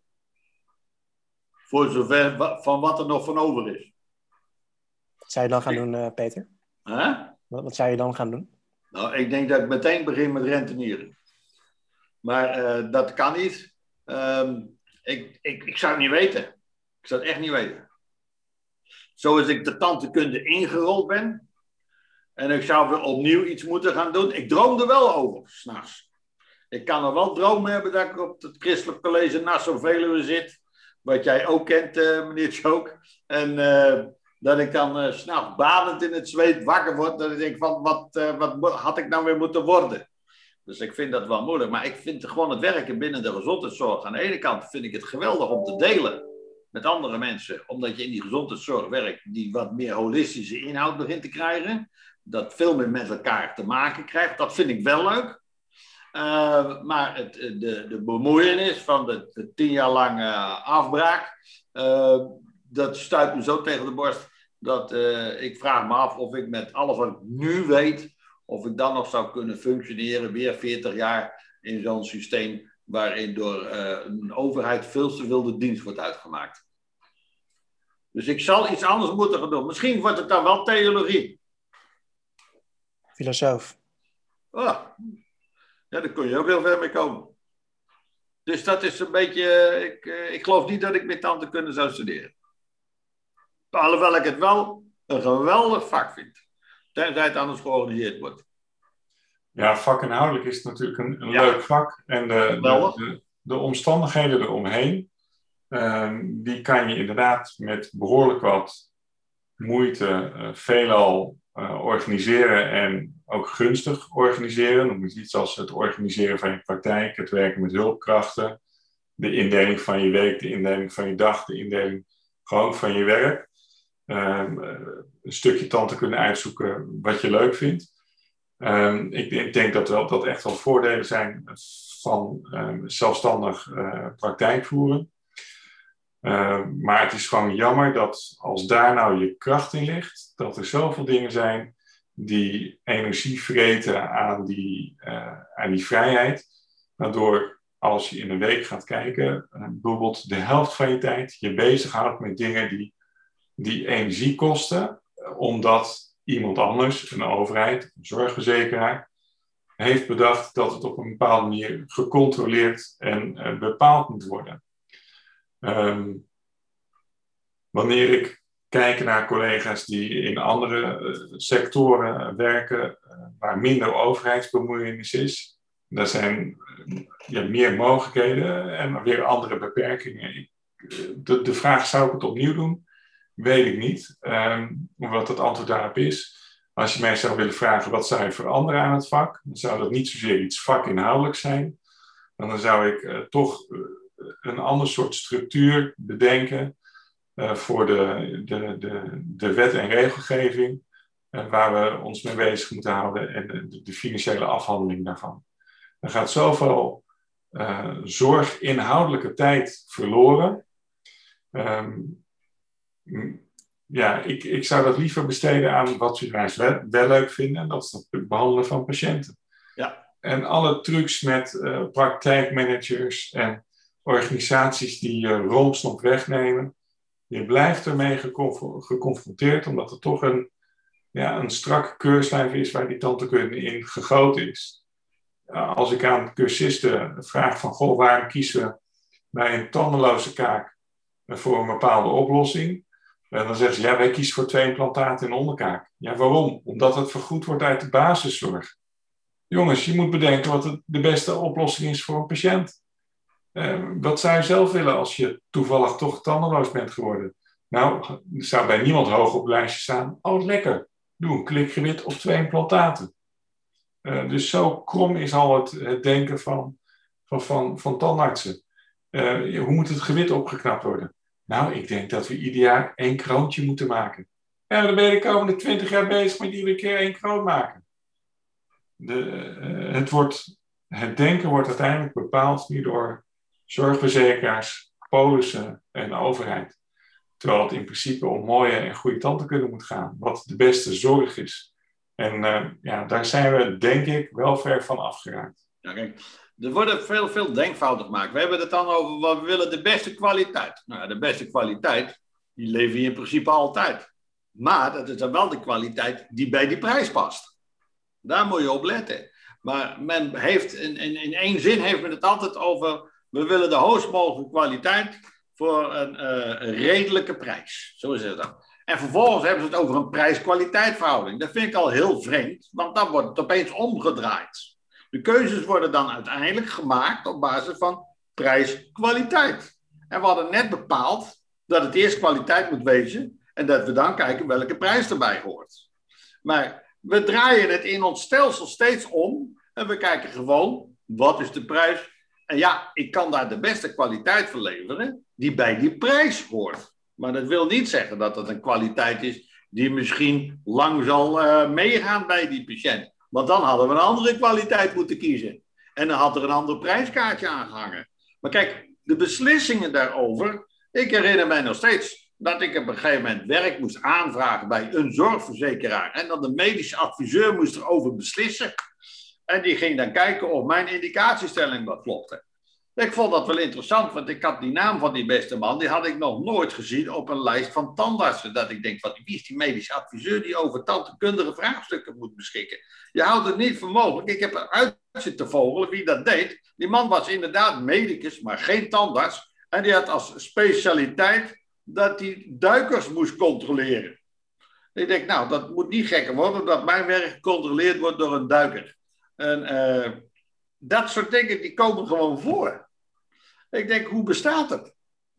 Voor zover van wat er nog van over is. Wat zou je dan gaan doen, uh, Peter? Huh? Wat, wat zou je dan gaan doen? Nou, ik denk dat ik meteen begin met rentenieren. Maar uh, dat kan niet. Um, ik, ik, ik zou het niet weten. Ik zou het echt niet weten. Zoals ik de tandheelkunde ingerold ben. En ik zou weer opnieuw iets moeten gaan doen. Ik droom er wel over, s'nachts. Ik kan er wel dromen hebben dat ik op het Christelijk College Nassau-Veluwe zit. Wat jij ook kent, uh, meneer Tjook. En uh, dat ik dan uh, s'nachts badend in het zweet wakker word. Dat ik denk van, wat, uh, wat had ik nou weer moeten worden? Dus ik vind dat wel moeilijk. Maar ik vind gewoon het werken binnen de gezondheidszorg. Aan de ene kant vind ik het geweldig om te delen met andere mensen. Omdat je in die gezondheidszorg werkt die wat meer holistische inhoud begint te krijgen. Dat veel meer met elkaar te maken krijgt. Dat vind ik wel leuk. Uh, maar het, de, de bemoeienis van de, de tien jaar lange uh, afbraak. Uh, dat stuit me zo tegen de borst. Dat uh, ik vraag me af of ik met alles wat ik nu weet. Of ik dan nog zou kunnen functioneren. Weer veertig jaar in zo'n systeem. Waarin door uh, een overheid veel te veel de dienst wordt uitgemaakt. Dus ik zal iets anders moeten gaan doen. Misschien wordt het dan wel theologie. Filosoof. Oh, ja, daar kun je ook heel ver mee komen. Dus dat is een beetje... Ik, ik geloof niet dat ik met tandheelkunde zou studeren. Alhoewel ik het wel een geweldig vak vind. Tenzij het anders georganiseerd wordt. Ja, vakinhoudelijk is het natuurlijk een, een Ja. leuk vak. En de, de, de, de omstandigheden eromheen... Um, die kan je inderdaad met behoorlijk wat moeite uh, veelal uh, organiseren en ook gunstig organiseren. Noem het iets als het organiseren van je praktijk, het werken met hulpkrachten, de indeling van je week, de indeling van je dag, de indeling gewoon van je werk. Um, uh, een stukje tand kunnen uitzoeken wat je leuk vindt. Um, ik, ik denk dat wel, dat echt wel voordelen zijn van um, zelfstandig uh, praktijk voeren. Uh, maar het is gewoon jammer dat als daar nou je kracht in ligt, dat er zoveel dingen zijn die energie vreten aan die, uh, aan die vrijheid. Waardoor als je in een week gaat kijken, uh, bijvoorbeeld de helft van je tijd je bezighoudt met dingen die, die energie kosten. Omdat iemand anders, een overheid, een zorgverzekeraar, heeft bedacht dat het op een bepaalde manier gecontroleerd en uh, bepaald moet worden. Um, wanneer ik kijk naar collega's die in andere uh, sectoren werken, uh, waar minder overheidsbemoeienis is, daar zijn uh, ja, meer mogelijkheden en weer andere beperkingen. Ik, de, de vraag, zou ik het opnieuw doen? Weet ik niet. Um, wat het antwoord daarop is. Als je mij zou willen vragen wat zou je veranderen aan het vak, dan zou dat niet zozeer iets vakinhoudelijk zijn. Dan zou ik uh, toch uh, een ander soort structuur bedenken uh, voor de, de, de, de wet en regelgeving uh, waar we ons mee bezig moeten houden en de, de financiële afhandeling daarvan. Er gaat zoveel uh, zorginhoudelijke tijd verloren. Um, ja, ik, ik zou dat liever besteden aan wat we juist wel, wel leuk vinden, en dat is het behandelen van patiënten. Ja. En alle trucs met uh, praktijkmanagers en organisaties die je rompslomp wegnemen. Je blijft ermee geconf- geconfronteerd, omdat er toch een, ja, een strakke keurslijf is waar die tandheelkunde in gegoten is. Uh, als ik aan cursisten vraag van, goh, waarom kiezen we bij een tandeloze kaak uh, voor een bepaalde oplossing? Uh, dan zeggen ze, ja, wij kiezen voor twee implantaten in onderkaak. Ja, waarom? Omdat het vergoed wordt uit de basiszorg. Jongens, je moet bedenken wat het de beste oplossing is voor een patiënt. Uh, wat zou je zelf willen als je toevallig toch tandeloos bent geworden? Nou, er zou bij niemand hoog op het lijstje staan. Oh, lekker. Doe een klikgewit op twee implantaten. Uh, dus zo krom is al het, het denken van, van, van, van tandartsen. Uh, hoe moet het gewit opgeknapt worden? Nou, ik denk dat we ieder jaar één kroontje moeten maken. Ja, dan ben je de komende twintig jaar bezig met iedere keer één kroon maken. De, uh, het, wordt, het denken wordt uiteindelijk bepaald nu door zorgverzekeraars, polissen en de overheid. Terwijl het in principe om mooie en goede tandheelkunde moet gaan. Wat de beste zorg is En uh, ja, daar zijn we denk ik wel ver van afgeraakt. Ja, kijk, er worden veel, veel denkfouten gemaakt. We hebben het dan over, wat we willen de beste kwaliteit. Nou, de beste kwaliteit, die lever je in principe altijd. Maar dat is dan wel de kwaliteit die bij die prijs past. Daar moet je op letten. Maar men heeft, in, in, in één zin heeft men het altijd over, we willen de hoogst mogelijke kwaliteit voor een, uh, een redelijke prijs. Zo is het dan. En vervolgens hebben ze het over een prijs-kwaliteit verhouding. Dat vind ik al heel vreemd, want dan wordt het opeens omgedraaid. De keuzes worden dan uiteindelijk gemaakt op basis van prijs-kwaliteit. En we hadden net bepaald dat het eerst kwaliteit moet wezen en dat we dan kijken welke prijs erbij hoort. Maar we draaien het in ons stelsel steeds om en we kijken gewoon, wat is de prijs? En ja, ik kan daar de beste kwaliteit voor leveren die bij die prijs hoort. Maar dat wil niet zeggen dat het een kwaliteit is die misschien lang zal uh, meegaan bij die patiënt. Want dan hadden we een andere kwaliteit moeten kiezen. En dan had er een ander prijskaartje aangehangen. Maar kijk, de beslissingen daarover. Ik herinner mij nog steeds dat ik op een gegeven moment werk moest aanvragen bij een zorgverzekeraar. En dan de medische adviseur moest erover beslissen. En die ging dan kijken of mijn indicatiestelling wat klopte. Ik vond dat wel interessant, want ik had die naam van die beste man, die had ik nog nooit gezien op een lijst van tandartsen. Dat ik denk, wat, wie is die medische adviseur die over tandheelkundige vraagstukken moet beschikken? Je houdt het niet voor mogelijk. Ik heb eruit zitten vogelen wie dat deed. Die man was inderdaad medicus, maar geen tandarts. En die had als specialiteit dat hij duikers moest controleren. Ik denk, nou, dat moet niet gekker worden, dat mijn werk gecontroleerd wordt door een duiker. En uh, dat soort dingen, die komen gewoon voor. Ik denk, hoe bestaat het?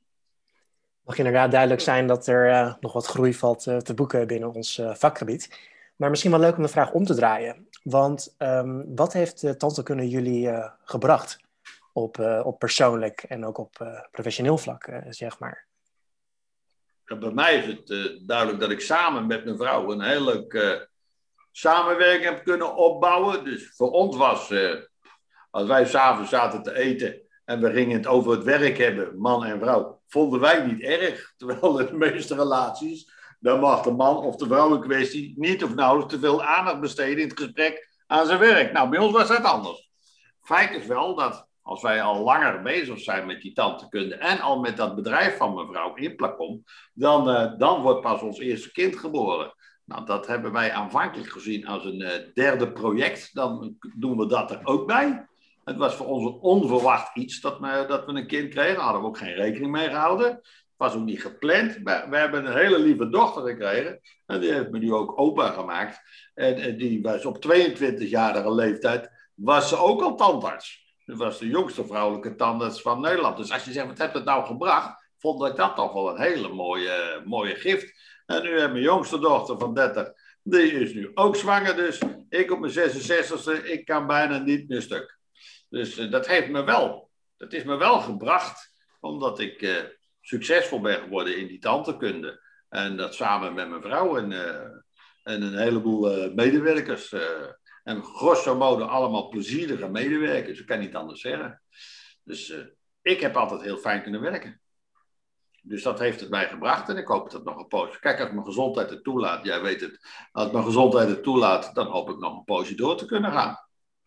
Mag inderdaad duidelijk zijn dat er uh, nog wat groei valt uh, te boeken binnen ons uh, vakgebied. Maar misschien wel leuk om de vraag om te draaien. Want um, wat heeft uh, tandheelkunde jullie uh, gebracht? Op, uh, op persoonlijk en ook op uh, professioneel vlak, uh, zeg maar. Ja, bij mij is het uh, duidelijk dat ik samen met mijn vrouw een heel leuk uh, samenwerking heb kunnen opbouwen. Dus voor ons was, uh, als wij s'avonds zaten te eten en we gingen het over het werk hebben, man en vrouw, vonden wij niet erg. Terwijl in de meeste relaties, dan mag de man of de vrouw in kwestie niet of nauwelijks te veel aandacht besteden in het gesprek aan zijn werk. Nou, bij ons was dat anders. Feit is wel dat als wij al langer bezig zijn met die tandheelkunde en al met dat bedrijf van mevrouw Implacom, dan, uh, dan wordt pas ons eerste kind geboren. Nou, dat hebben wij aanvankelijk gezien als een uh, derde project. Dan doen we dat er ook bij. Het was voor ons een onverwacht iets dat we, dat we een kind kregen. Daar hadden we ook geen rekening mee gehouden. Het was ook niet gepland. We, we hebben een hele lieve dochter gekregen. En die heeft me nu ook opa gemaakt. En, en die was op tweeëntwintigjarige leeftijd was ze ook al tandarts. Dat was de jongste vrouwelijke tandarts van Nederland. Dus als je zegt, wat heeft het nou gebracht? Vond ik dat toch wel een hele mooie, mooie gift. En nu heb mijn jongste dochter van dertig, die is nu ook zwanger. Dus ik op mijn zesenzestigste, ik kan bijna niet meer stuk. Dus uh, dat heeft me wel, dat is me wel gebracht, omdat ik uh, succesvol ben geworden in die tandheelkunde. En dat samen met mijn vrouw en, uh, en een heleboel uh, medewerkers. Uh, en grosso modo allemaal plezierige medewerkers, ik kan niet anders zeggen. Dus uh, ik heb altijd heel fijn kunnen werken. Dus dat heeft het mij gebracht en ik hoop dat het nog een poosje. Kijk, als mijn gezondheid het toelaat, jij weet het, als mijn gezondheid het toelaat, dan hoop ik nog een poosje door te kunnen gaan.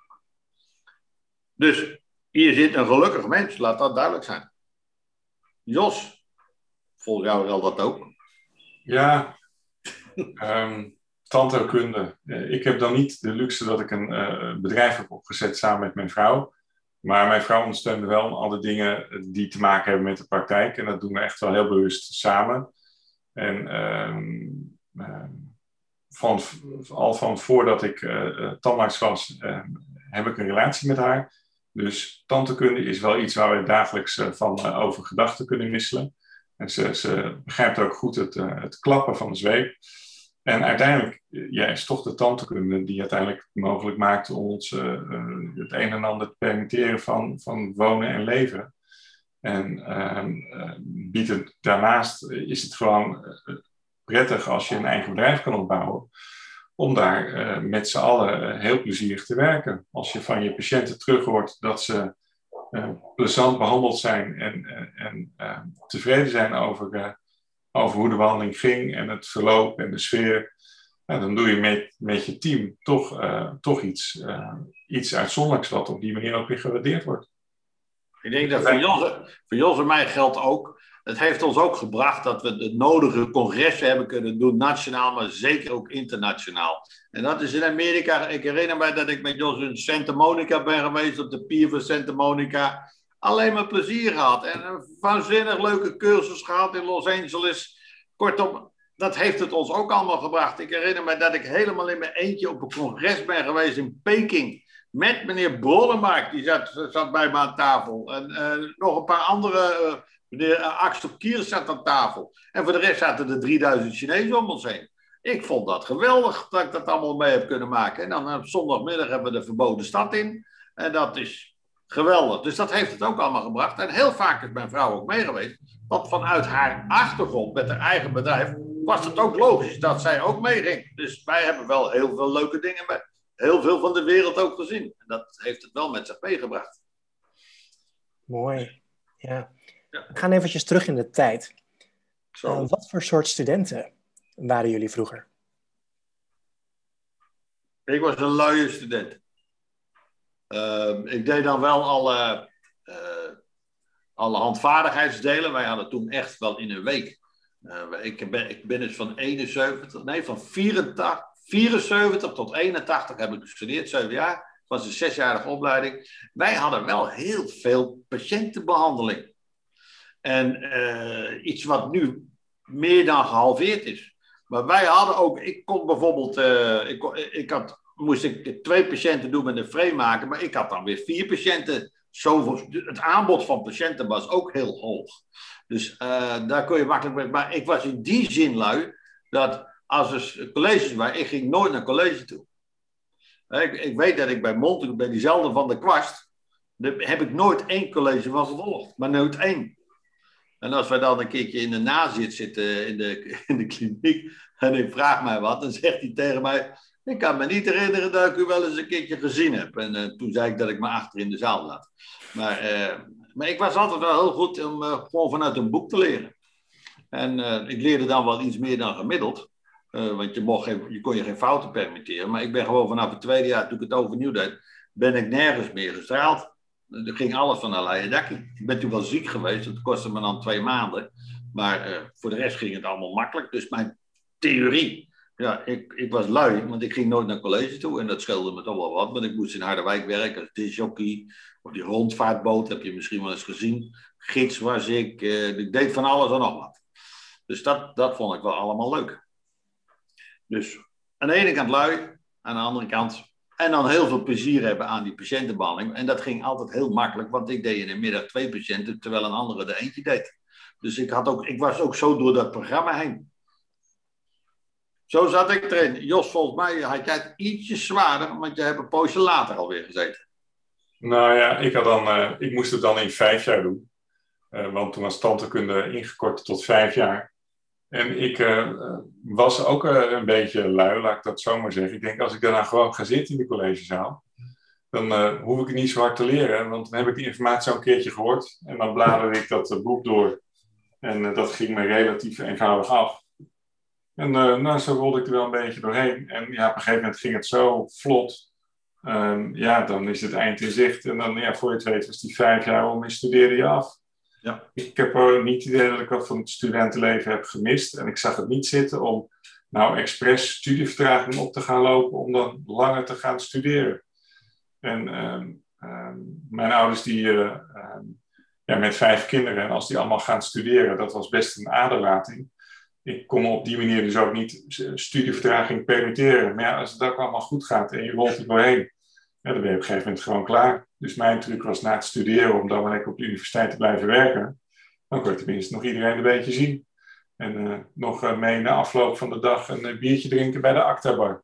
Dus hier zit een gelukkig mens, laat dat duidelijk zijn. Jos, volgens jou geldt dat ook? Ja, um, tandheelkunde. Ik heb dan niet de luxe dat ik een uh, bedrijf heb opgezet samen met mijn vrouw. Maar mijn vrouw ondersteunt me wel in alle dingen die te maken hebben met de praktijk. En dat doen we echt wel heel bewust samen. En um, um, van, al van voordat ik uh, tandarts was, uh, heb ik een relatie met haar. Dus tandheelkunde is wel iets waar we dagelijks uh, van uh, over gedachten kunnen wisselen. En ze, ze begrijpt ook goed het, uh, het klappen van de zweep. En uiteindelijk ja, is toch de tandheelkunde die uiteindelijk mogelijk maakt om ons uh, uh, het een en ander te permitteren van, van wonen en leven. En uh, uh, biedt het, daarnaast is het gewoon uh, prettig als je een eigen bedrijf kan opbouwen, om daar uh, met z'n allen uh, heel plezierig te werken. Als je van je patiënten terug hoort dat ze uh, plezant behandeld zijn en, uh, en uh, tevreden zijn over, uh, over hoe de behandeling ging en het verloop en de sfeer, ja, dan doe je met, met je team toch, uh, toch iets, uh, iets uitzonderlijks wat op die manier ook weer gewaardeerd wordt. Ik denk dat voor Jos, voor Jos en mij geldt ook, het heeft ons ook gebracht dat we de nodige congressen hebben kunnen doen, nationaal, maar zeker ook internationaal. En dat is in Amerika. Ik herinner mij dat ik met Jos in Santa Monica ben geweest, op de pier van Santa Monica. Alleen maar plezier gehad en een waanzinnig leuke cursus gehad in Los Angeles. Kortom, dat heeft het ons ook allemaal gebracht. Ik herinner me dat ik helemaal in mijn eentje op een congres ben geweest in Peking. Met meneer Broddermark, die zat, zat bij me aan tafel. En uh, nog een paar andere, uh, meneer uh, Axel Kiers zat aan tafel. En voor de rest zaten er drieduizend Chinezen om ons heen. Ik vond dat geweldig dat ik dat allemaal mee heb kunnen maken. En dan op uh, zondagmiddag hebben we de verboden stad in. En dat is geweldig. Dus dat heeft het ook allemaal gebracht. En heel vaak is mijn vrouw ook mee geweest. Want vanuit haar achtergrond met haar eigen bedrijf was het ook logisch dat zij ook meeging. Dus wij hebben wel heel veel leuke dingen met heel veel van de wereld ook gezien. En dat heeft het wel met zich meegebracht. Mooi. Ja. Ja. We gaan eventjes terug in de tijd. Uh, wat voor soort studenten waren jullie vroeger? Ik was een luie student. Uh, ik deed dan wel alle, uh, alle handvaardigheidsdelen. Wij hadden toen echt wel in een week. Uh, ik, ben, ik ben dus van eenenzeventig, nee, van vierentachtig, vierenzeventig tot eenentachtig heb ik gestudeerd, zeven jaar. Het was een zesjarige opleiding. Wij hadden wel heel veel patiëntenbehandeling. En uh, iets wat nu meer dan gehalveerd is. Maar wij hadden ook, ik kon bijvoorbeeld, uh, ik, ik had, moest ik twee patiënten doen met een frame maken, maar ik had dan weer vier patiënten. Zoveel, het aanbod van patiënten was ook heel hoog. Dus uh, daar kon je makkelijk mee. Maar ik was in die zin lui, dat als er colleges waren, ik ging nooit naar college toe. Ik, ik weet dat ik bij Monten, bij diezelfde van de Kwast, daar heb ik nooit één college van gevolgd, maar nooit één. En als wij dan een keertje in de nazit zitten in de, in de kliniek en ik vraag mij wat, dan zegt hij tegen mij, ik kan me niet herinneren dat ik u wel eens een keertje gezien heb. En uh, toen zei ik dat ik me achter in de zaal zat. Maar, uh, maar ik was altijd wel heel goed om uh, gewoon vanuit een boek te leren. En uh, ik leerde dan wel iets meer dan gemiddeld. Uh, want je, mocht geen, je kon je geen fouten permitteren. Maar ik ben gewoon vanaf het tweede jaar, toen ik het overnieuw deed, ben ik nergens meer gestraald. Er ging alles van een leien dakkie. Ik ben toen wel ziek geweest, dat kostte me dan twee maanden. Maar uh, voor de rest ging het allemaal makkelijk. Dus mijn theorie, ja, ik, ik was lui, want ik ging nooit naar college toe. En dat scheelde me toch wel wat, want ik moest in Harderwijk werken als disjockey. Op die rondvaartboot, heb je misschien wel eens gezien. Gids was ik, uh, ik deed van alles en nog wat. Dus dat, dat vond ik wel allemaal leuk. Dus aan de ene kant lui, aan de andere kant. En dan heel veel plezier hebben aan die patiëntenbehandeling. En dat ging altijd heel makkelijk, want ik deed in de middag twee patiënten, terwijl een andere er eentje deed. Dus ik, had ook, ik was ook zo door dat programma heen. Zo zat ik erin. Jos, volgens mij had jij het ietsje zwaarder, want je hebt een poosje later alweer gezeten. Nou ja, ik, had dan, uh, ik moest het dan in vijf jaar doen. Uh, want toen was tandheelkunde ingekort tot vijf jaar. En ik uh, was ook uh, een beetje lui, laat ik dat zo maar zeggen. Ik denk, als ik daarna gewoon ga zitten in de collegezaal, dan uh, hoef ik het niet zo hard te leren. Want dan heb ik die informatie al een keertje gehoord. En dan bladerde ik dat uh, boek door. En uh, dat ging me relatief eenvoudig af. En uh, nou, zo rolde ik er wel een beetje doorheen. En ja, op een gegeven moment ging het zo vlot. Um, ja, dan is het eind in zicht. En dan, ja, voor je het weet, was die vijf jaar om en studeerde je af. Ja. Ik heb uh, niet het idee dat ik wat van het studentenleven heb gemist. En ik zag het niet zitten om nou expres studievertraging op te gaan lopen om dan langer te gaan studeren. En um, um, mijn ouders die uh, um, ja, met vijf kinderen, en als die allemaal gaan studeren, dat was best een aderlating. Ik kon op die manier dus ook niet studievertraging permitteren. Maar ja, als het ook allemaal goed gaat en je rolt er doorheen, ja, dan ben je op een gegeven moment gewoon klaar. Dus mijn truc was na het studeren om dan wel lekker op de universiteit te blijven werken. Dan kon je tenminste nog iedereen een beetje zien. En uh, nog uh, mee na afloop van de dag een uh, biertje drinken bij de Acta-bar.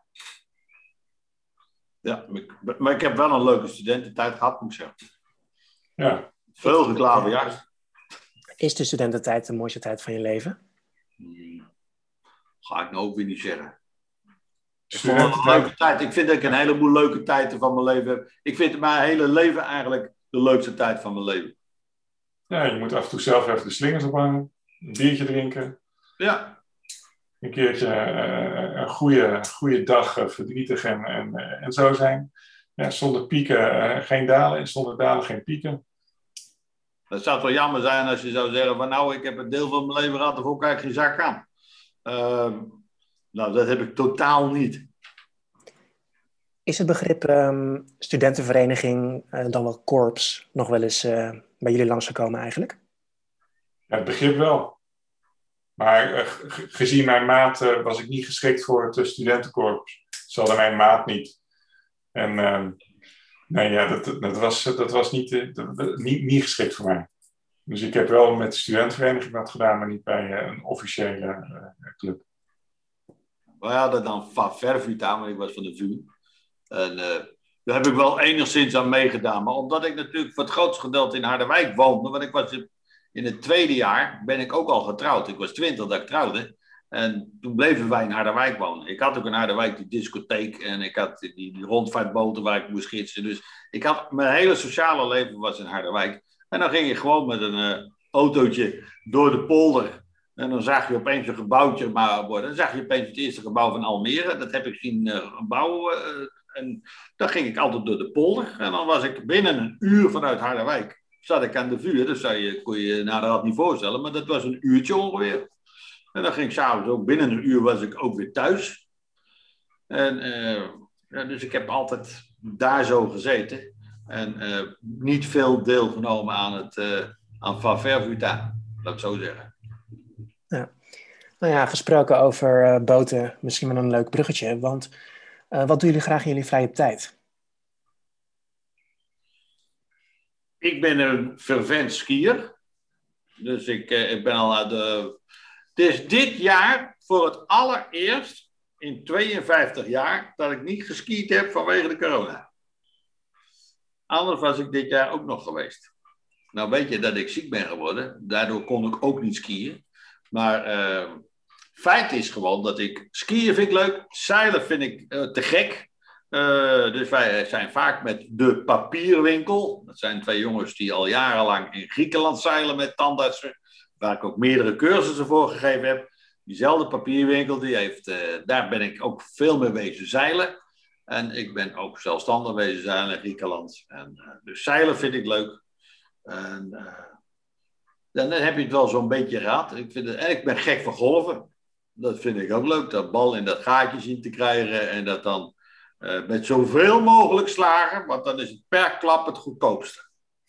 Ja, maar ik heb wel een leuke studententijd gehad, moet ik zeggen. Ja. Veel geklaverjacht. Is de studententijd de mooiste tijd van je leven? Hmm. Ga ik nou ook weer niet zeggen. Ik vond het een leuke tijd. Ik vind dat ik een heleboel leuke tijden van mijn leven heb. Ik vind mijn hele leven eigenlijk de leukste tijd van mijn leven. Ja, je moet af en toe zelf even de slingers ophangen. Een biertje drinken. Ja. een keertje uh, een goede, goede dag uh, verdrietig en, en, uh, en zo zijn. Ja, zonder pieken uh, geen dalen en zonder dalen geen pieken. Dat zou toch jammer zijn als je zou zeggen van nou, ik heb een deel van mijn leven gehad, ervoor krijg ik geen zak aan. Uh, nou, dat heb ik totaal niet. Is het begrip um, studentenvereniging, uh, dan wel korps, nog wel eens uh, bij jullie langsgekomen eigenlijk? Ja, het begrip wel. Maar uh, gezien mijn maat uh, was ik niet geschikt voor het uh, studentenkorps. Ze hadden mijn maat niet. En uh, nee, ja, dat, dat was, dat was niet, uh, dat, niet, niet geschikt voor mij. Dus ik heb wel met de studentenvereniging wat gedaan, maar niet bij uh, een officiële uh, club. Wij hadden dan Favervuta, maar ik was van de V U. En uh, daar heb ik wel enigszins aan meegedaan. Maar omdat ik natuurlijk voor het grootste gedeelte in Harderwijk woonde, want ik was in het tweede jaar, ben ik ook al getrouwd. Ik was twintig dat ik trouwde. En toen bleven wij in Harderwijk wonen. Ik had ook in Harderwijk die discotheek en ik had die, die rondvaartboten waar ik moest gidsen. Dus ik had, mijn hele sociale leven was in Harderwijk. En dan ging je gewoon met een uh, autootje door de polder. En dan zag je opeens een gebouwtje maar worden. Dan zag je opeens het eerste gebouw van Almere. Dat heb ik zien uh, bouwen. Uh, en dan ging ik altijd door de polder. En dan was ik binnen een uur vanuit Harderwijk. Zat ik aan de vuur. Dat zou je, kon je nou, dat niet voorstellen. Maar dat was een uurtje ongeveer. En dan ging ik s'avonds ook. Binnen een uur was ik ook weer thuis. En, uh, ja, dus ik heb altijd daar zo gezeten. En uh, niet veel deelgenomen aan het uh, aan Favervuta. Laat ik zo zeggen. Ja. Nou ja, gesproken over uh, boten, misschien wel een leuk bruggetje. Want uh, wat doen jullie graag in jullie vrije tijd? Ik ben een fervent skier. Dus ik, uh, ik ben al uit de... Het is dit jaar voor het allereerst in tweeënvijftig jaar dat ik niet geskiet heb vanwege de corona. Anders was ik dit jaar ook nog geweest. Nou weet je dat ik ziek ben geworden. Daardoor kon ik ook niet skiën. Maar uh, feit is gewoon dat ik... Skiën vind ik leuk. Zeilen vind ik uh, te gek. Uh, dus wij zijn vaak met de Papierwinkel. Dat zijn twee jongens die al jarenlang in Griekenland zeilen met tandartsen. Waar ik ook meerdere cursussen voor gegeven heb. Diezelfde Papierwinkel, die heeft, uh, daar ben ik ook veel mee wezen zeilen. En ik ben ook zelfstandig wezen zeilen in Griekenland. En, uh, dus zeilen vind ik leuk. En, uh, dan heb je het wel zo'n beetje gehad. Ik vind het, en ik ben gek van golven. Dat vind ik ook leuk. Dat bal in dat gaatje zien te krijgen. En dat dan uh, met zoveel mogelijk slagen. Want dan is het per klap het goedkoopste.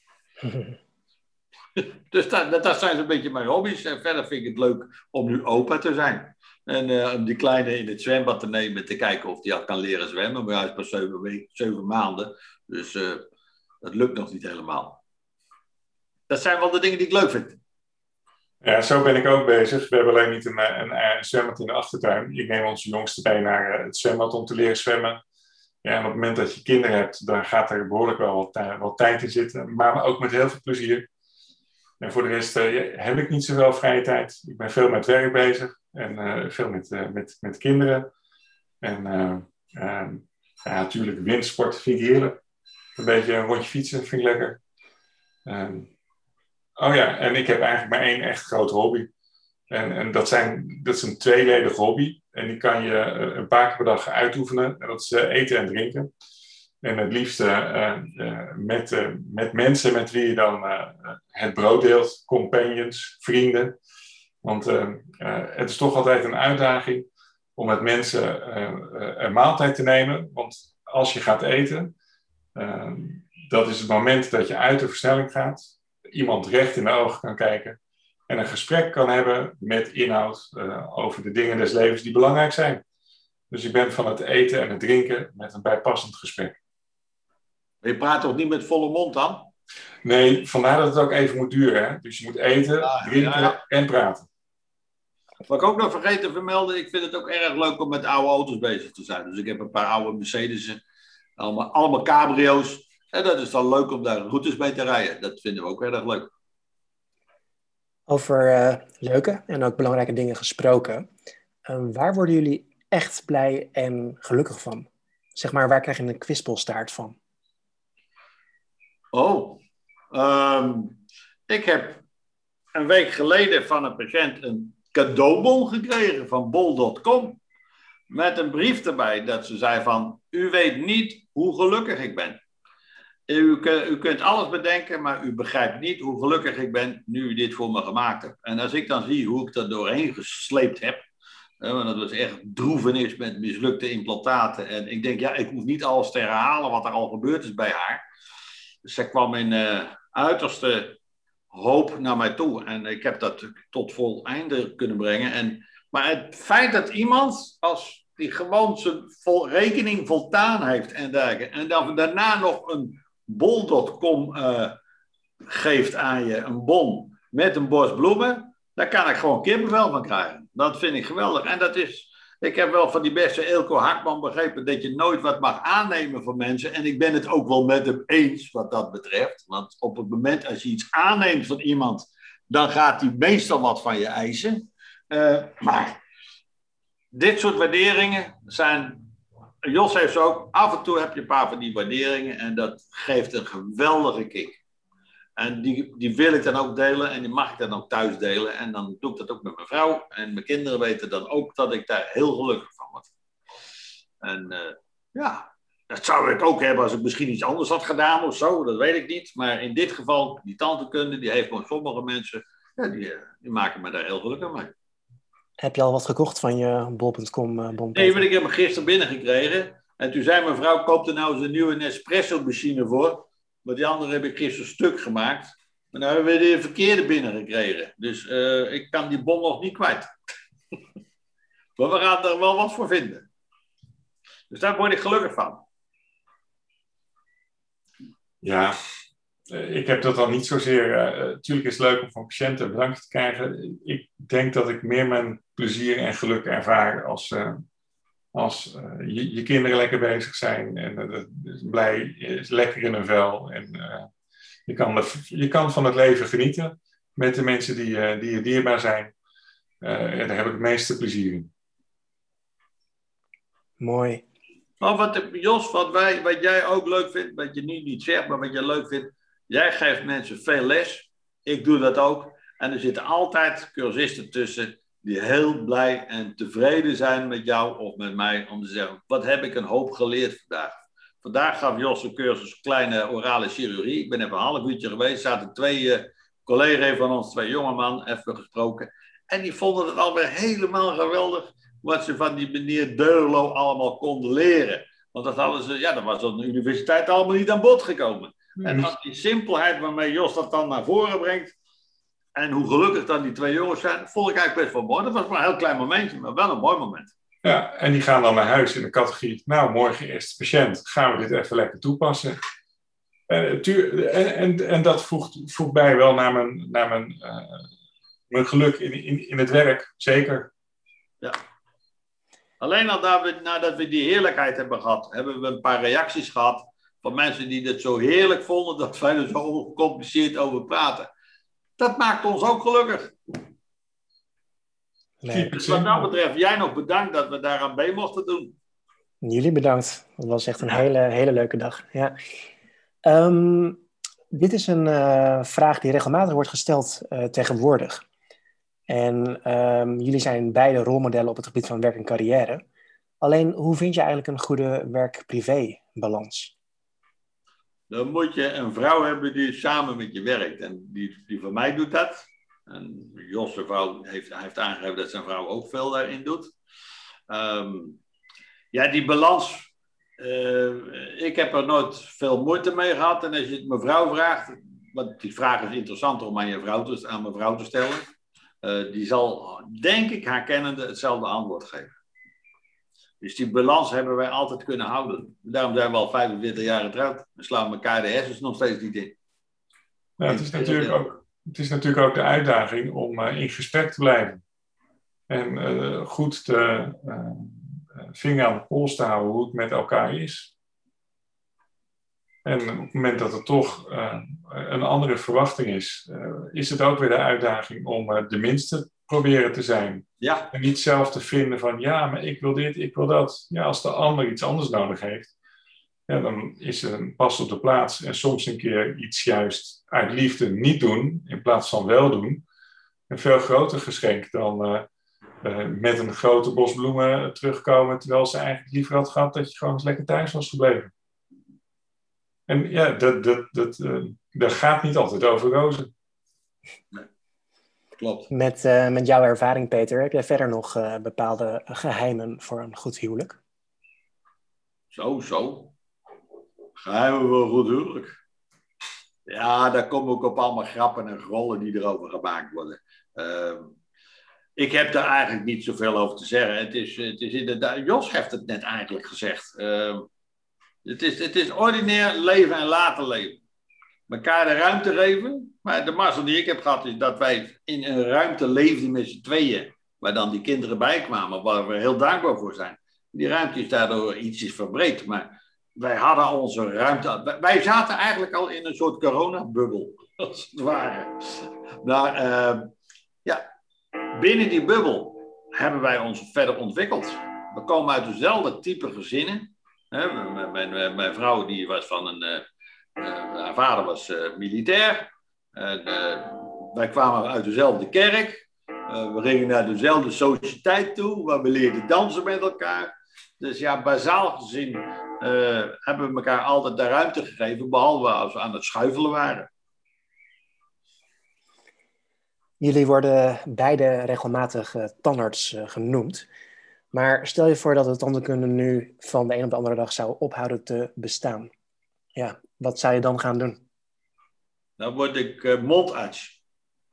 Dus dat, dat zijn zo'n beetje mijn hobby's. En verder vind ik het leuk om nu opa te zijn. En uh, om die kleine in het zwembad te nemen. Te kijken of die al kan leren zwemmen. Maar hij is pas zeven, weken, zeven maanden. Dus uh, dat lukt nog niet helemaal. Dat zijn wel de dingen die ik leuk vind. Ja, zo ben ik ook bezig. We hebben alleen niet een, een, een zwembad in de achtertuin. Ik neem onze jongste mee naar het zwembad om te leren zwemmen. Ja, en op het moment dat je kinderen hebt, dan gaat er behoorlijk wel wat, uh, wat tijd in zitten. Maar ook met heel veel plezier. En voor de rest uh, heb ik niet zoveel vrije tijd. Ik ben veel met werk bezig. En uh, veel met, uh, met, met kinderen. En uh, uh, ja, natuurlijk windsport vind ik heerlijk. Een beetje een rondje fietsen vind ik lekker. Um, Oh ja, en ik heb eigenlijk maar één echt grote hobby. En, en dat, zijn, dat is een tweeledige hobby. En die kan je een paar keer per dag uitoefenen. En dat is uh, eten en drinken. En het liefst uh, uh, met, uh, met mensen met wie je dan uh, het brood deelt. Companions, vrienden. Want uh, uh, het is toch altijd een uitdaging om met mensen uh, uh, een maaltijd te nemen. Want als je gaat eten, uh, dat is het moment dat je uit de versnelling gaat. Iemand recht in de ogen kan kijken en een gesprek kan hebben met inhoud uh, over de dingen des levens die belangrijk zijn. Dus ik ben van het eten en het drinken met een bijpassend gesprek. Je praat toch niet met volle mond dan? Nee, vandaar dat het ook even moet duren. Hè? Dus je moet eten, ah, drinken ja, ja. en praten. Wat ik ook nog vergeten te vermelden, ik vind het ook erg leuk om met oude auto's bezig te zijn. Dus ik heb een paar oude Mercedes'en, allemaal, allemaal cabrio's. En dat is dan leuk om daar routes mee te rijden. Dat vinden we ook erg leuk. Over uh, leuke en ook belangrijke dingen gesproken. Uh, waar worden jullie echt blij en gelukkig van? Zeg maar, waar krijg je een kwispelstaart van? Oh, um, ik heb een week geleden van een patiënt een cadeaubon gekregen van bol punt com. Met een brief erbij dat ze zei van, u weet niet hoe gelukkig ik ben. U, u kunt alles bedenken, maar u begrijpt niet hoe gelukkig ik ben nu u dit voor me gemaakt hebt. En als ik dan zie hoe ik er doorheen gesleept heb, want dat was echt droevenis met mislukte implantaten. En ik denk, ja, ik hoef niet alles te herhalen wat er al gebeurd is bij haar. Dus zij kwam in uh, uiterste hoop naar mij toe. En ik heb dat tot vol einde kunnen brengen. En, maar het feit dat iemand, als die gewoon zijn vol, rekening voldaan heeft en dergelijke, en dan daarna nog een bol punt com uh, geeft aan je, een bon met een bos bloemen, daar kan ik gewoon kippenvel van krijgen. Dat vind ik geweldig. En dat is, ik heb wel van die beste Eelco Hartman begrepen dat je nooit wat mag aannemen van mensen. En ik ben het ook wel met hem eens wat dat betreft. Want op het moment als je iets aanneemt van iemand, dan gaat hij meestal wat van je eisen. Uh, maar dit soort waarderingen zijn... Jos heeft ze ook. Af en toe heb je een paar van die waarderingen en dat geeft een geweldige kick. En die, die wil ik dan ook delen en die mag ik dan ook thuis delen. En dan doe ik dat ook met mijn vrouw. En mijn kinderen weten dan ook dat ik daar heel gelukkig van word. En uh, ja, dat zou ik ook hebben als ik misschien iets anders had gedaan of zo. Dat weet ik niet. Maar in dit geval, die tantekunde, die heeft gewoon sommige mensen, ja, die, die maken me daar heel gelukkig mee. Heb je al wat gekocht van je bol punt com uh, bon? Nee, want ik heb hem gisteren binnengekregen. En toen zei mijn vrouw, koop er nou eens een nieuwe Nespresso-machine voor. Maar die andere heb ik gisteren stuk gemaakt. Maar nu hebben we de verkeerde binnengekregen. Dus uh, ik kan die bon nog niet kwijt. Maar we gaan er wel wat voor vinden. Dus daar word ik gelukkig van. Ja, ik heb dat dan niet zozeer... Uh, tuurlijk is het leuk om van patiënten bedankt te krijgen. Ik denk dat ik meer mijn plezier en geluk ervaar als... Uh, Als uh, je, je kinderen lekker bezig zijn en uh, blij is, lekker in hun vel. En uh, je, kan de, je kan van het leven genieten met de mensen die, uh, die je dierbaar zijn. Uh, en daar heb ik het meeste plezier in. Mooi. Maar wat, Jos, wat, wij, wat jij ook leuk vindt, wat je nu niet zegt, maar wat je leuk vindt. Jij geeft mensen veel les. Ik doe dat ook. En er zitten altijd cursisten tussen die heel blij en tevreden zijn met jou of met mij om te zeggen, wat heb ik een hoop geleerd vandaag. Vandaag gaf Jos een cursus kleine orale chirurgie. Ik ben even een half uurtje geweest, zaten twee uh, collega's van ons, twee jongeman, even gesproken. En die vonden het alweer helemaal geweldig wat ze van die meneer Deurlo allemaal konden leren. Want dat hadden ze, ja, dat was op de universiteit allemaal niet aan bod gekomen. Mm. En als die simpelheid waarmee Jos dat dan naar voren brengt, en hoe gelukkig dan die twee jongens zijn, vond ik eigenlijk best wel mooi. Dat was maar een heel klein momentje, maar wel een mooi moment. Ja, en die gaan dan naar huis in de categorie, nou, morgen eerste patiënt, gaan we dit even lekker toepassen. En, en, en, en dat voegt, voegt bij wel naar mijn, naar mijn, uh, mijn geluk in, in, in het werk, zeker. Ja. Alleen al nadat we, nadat we die heerlijkheid hebben gehad, hebben we een paar reacties gehad van mensen die het zo heerlijk vonden dat wij er zo ongecompliceerd over praten. Dat maakt ons ook gelukkig. Nee. Dus wat dat betreft, jij nog bedankt dat we daaraan mee mochten doen. Jullie bedankt. Dat was echt een ja. hele, hele leuke dag. Ja. Um, dit is een uh, vraag die regelmatig wordt gesteld uh, tegenwoordig. En um, jullie zijn beide rolmodellen op het gebied van werk en carrière. Alleen, hoe vind je eigenlijk een goede werk-privé-balans? Dan moet je een vrouw hebben die samen met je werkt. En die, die van mij doet dat. En Jos, de vrouw, heeft, heeft aangegeven dat zijn vrouw ook veel daarin doet. Um, ja, die balans. Uh, ik heb er nooit veel moeite mee gehad. En als je het mijn vrouw vraagt. Want die vraag is interessanter om aan, je vrouw te, aan mijn vrouw te stellen. Uh, die zal, denk ik, haar kennende hetzelfde antwoord geven. Dus die balans hebben wij altijd kunnen houden. Daarom zijn we al vijfenveertig jaar getrouwd. We slaan elkaar de hersens nog steeds niet in. Ja, het, is natuurlijk ook, het is natuurlijk ook de uitdaging om uh, in gesprek te blijven. En uh, goed de uh, vinger aan de pols te houden hoe het met elkaar is. En op het moment dat er toch uh, een andere verwachting is, uh, is het ook weer de uitdaging om uh, de minste proberen te zijn. Ja. En niet zelf te vinden van, ja, maar ik wil dit, ik wil dat. Ja, als de ander iets anders nodig heeft, ja, dan is er een pas op de plaats. En soms een keer iets juist uit liefde niet doen, in plaats van wel doen. een veel groter geschenk dan uh, uh, met een grote bos bloemen terugkomen, terwijl ze eigenlijk liever had gehad dat je gewoon eens lekker thuis was gebleven. En ja, dat, dat, dat, uh, dat gaat niet altijd over rozen. Nee, klopt. Met, uh, met jouw ervaring, Peter, heb jij verder nog uh, bepaalde geheimen voor een goed huwelijk? Zo, zo. Geheimen voor een goed huwelijk. Ja, daar komen ook op allemaal grappen en rollen die erover gemaakt worden. Uh, ik heb daar eigenlijk niet zoveel over te zeggen. Het is, het is inderdaad, Jos heeft het net eigenlijk gezegd. Uh, het, is, het is ordinair leven en laten leven. Mekaar de ruimte geven. Maar de mazzel die ik heb gehad is dat wij in een ruimte leefden met z'n tweeën. Waar dan die kinderen bij kwamen, waar we heel dankbaar voor zijn. Die ruimte is daardoor ietsjes verbreed. Maar wij hadden onze ruimte. Wij zaten eigenlijk al in een soort coronabubbel, als het ware. Maar uh, ja, binnen die bubbel hebben wij ons verder ontwikkeld. We komen uit dezelfde type gezinnen. Mijn, mijn, mijn vrouw die was van een. Uh, uh, haar vader was uh, militair. Uh, uh, wij kwamen uit dezelfde kerk. Uh, we gingen naar dezelfde sociëteit toe, waar we leerden dansen met elkaar. Dus ja, bazaal gezien uh, hebben we elkaar altijd de ruimte gegeven, behalve als we aan het schuifelen waren. Jullie worden beide regelmatig uh, tandarts uh, genoemd. Maar stel je voor dat de tandheelkunde nu van de een op de andere dag zou ophouden te bestaan. Ja, wat zou je dan gaan doen? Dan word ik uh, mondarts.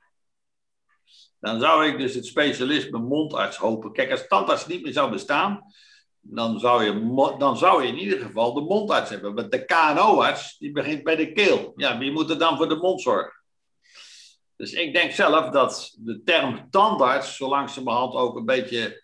Dan zou ik dus het specialisme mondarts hopen. Kijk, als tandarts niet meer zou bestaan, dan zou je, dan zou je in ieder geval de mondarts hebben. Want de K N O-arts, die begint bij de keel. Ja, wie moet er dan voor de mond zorgen? Dus ik denk zelf dat de term tandarts zo langzamerhand ook een beetje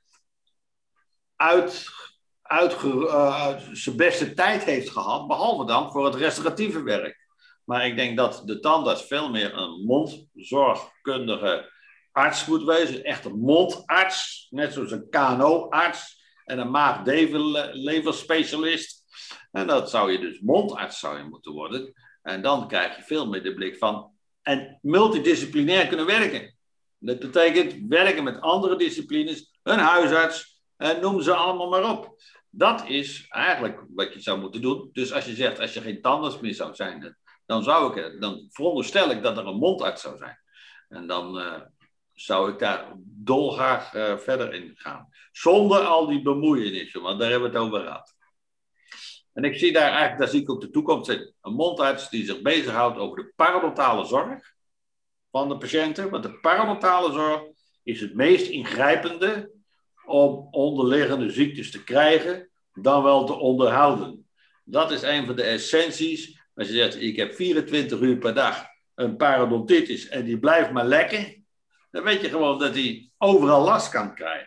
uit, uit, uh, uit zijn beste tijd heeft gehad, behalve dan voor het restauratieve werk. Maar ik denk dat de tandarts veel meer een mondzorgkundige arts moet wezen, echt een mondarts, net zoals een K N O-arts en een maag-leverspecialist. En dat zou je dus mondarts zou je moeten worden. En dan krijg je veel meer de blik van en multidisciplinair kunnen werken. Dat betekent werken met andere disciplines, een huisarts, en noem ze allemaal maar op. Dat is eigenlijk wat je zou moeten doen. Dus als je zegt, als je geen tandarts meer zou zijn, dan, zou ik, dan veronderstel ik dat er een mondarts zou zijn. En dan uh, zou ik daar dolgraag uh, verder in gaan. Zonder al die bemoeienissen, want daar hebben we het over gehad. En ik zie daar eigenlijk, daar zie ik ook de toekomst in. Een mondarts die zich bezighoudt over de parodontale zorg van de patiënten. Want de parodontale zorg is het meest ingrijpende om onderliggende ziektes te krijgen, dan wel te onderhouden. Dat is een van de essenties. Als je zegt, ik heb vierentwintig uur per dag een parodontitis en die blijft maar lekken, dan weet je gewoon dat hij overal last kan krijgen.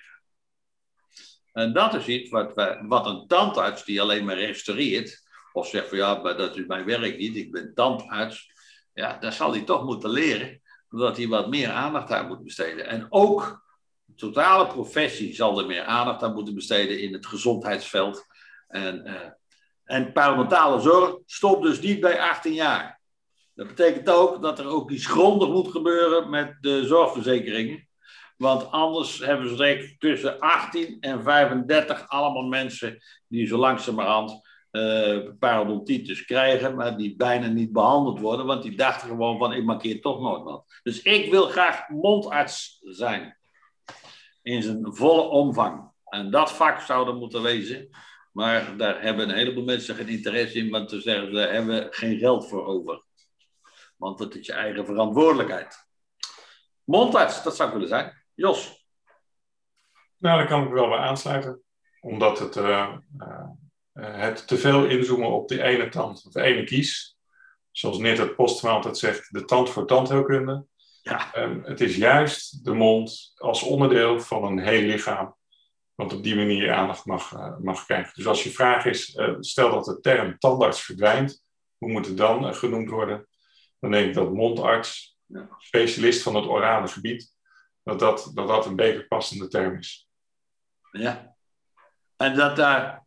En dat is iets wat, wij, wat een tandarts die alleen maar restaureert, of zegt van ja, maar dat is mijn werk niet, ik ben tandarts, ja, dan zal hij toch moeten leren, dat hij wat meer aandacht aan moet besteden. En ook de totale professie zal er meer aandacht aan moeten besteden in het gezondheidsveld. En, uh, en parodontale zorg stopt dus niet bij achttien jaar. Dat betekent ook dat er ook iets grondig moet gebeuren met de zorgverzekeringen. Want anders hebben ze direct tussen achttien en vijfendertig allemaal mensen die zo langzamerhand uh, parodontitis krijgen, maar die bijna niet behandeld worden, want die dachten gewoon van ik markeer toch nooit wat. Dus ik wil graag mondarts zijn. In zijn volle omvang. En dat vak zou er moeten wezen. Maar daar hebben een heleboel mensen geen interesse in, want ze zeggen ze hebben geen geld voor over. Want dat is je eigen verantwoordelijkheid. Mondarts, dat zou ik willen zijn. Jos? Nou, daar kan ik wel bij aansluiten. Omdat het, uh, uh, het te veel inzoomen op die ene tand, of de ene kies. Zoals Nit het Postma altijd zegt, de tand voor tandheelkunde. Ja. Um, het is juist de mond als onderdeel van een heel lichaam. Want op die manier je aandacht mag, uh, mag krijgen. Dus als je vraag is, uh, stel dat de term tandarts verdwijnt, hoe moet het dan uh, genoemd worden? Dan denk ik dat mondarts, ja, specialist van het orale gebied, dat dat, dat dat een beter passende term is. Ja. En dat daar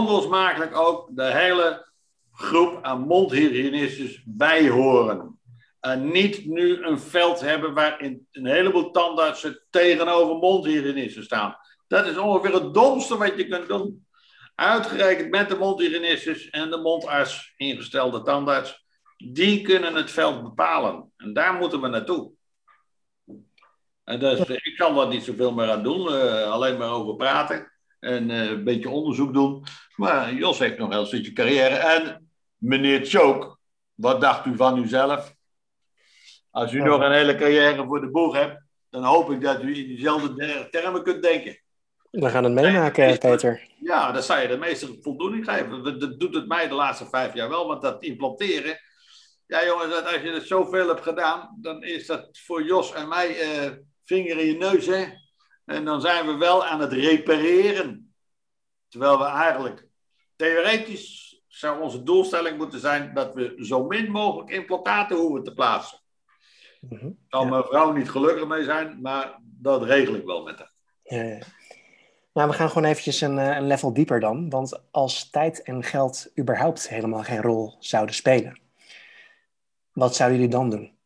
onlosmakelijk ook de hele groep aan mondhygiënistes bij horen. En niet nu een veld hebben waarin een heleboel tandartsen tegenover mondhygiënisten staan. Dat is ongeveer het domste wat je kunt doen. Uitgerekend met de mondhygiënistes en de mondarts, ingestelde tandarts, die kunnen het veld bepalen. En daar moeten we naartoe. En dus, ik kan daar niet zoveel meer aan doen, uh, alleen maar over praten en uh, een beetje onderzoek doen. Maar Jos heeft nog wel een stukje carrière. En meneer Tjook, wat dacht u van uzelf? Als u ja. nog een hele carrière voor de boeg hebt, dan hoop ik dat u in diezelfde termen kunt denken. We gaan het meemaken, meeste, Peter. Ja, dat zou je de meeste voldoening geven. Dat doet het mij de laatste vijf jaar wel, want dat implanteren... Ja jongens, als je het zoveel hebt gedaan, dan is dat voor Jos en mij uh, vinger in je neus, hè. En dan zijn we wel aan het repareren. Terwijl we eigenlijk, theoretisch zou onze doelstelling moeten zijn dat we zo min mogelijk implantaten hoeven te plaatsen. Daar mm-hmm. zal ja. mijn vrouw niet gelukkig mee zijn, maar dat regel ik wel met haar. Ja, ja. Nou, we gaan gewoon eventjes een, een level dieper dan. Want als tijd en geld überhaupt helemaal geen rol zouden spelen, wat zouden jullie dan doen?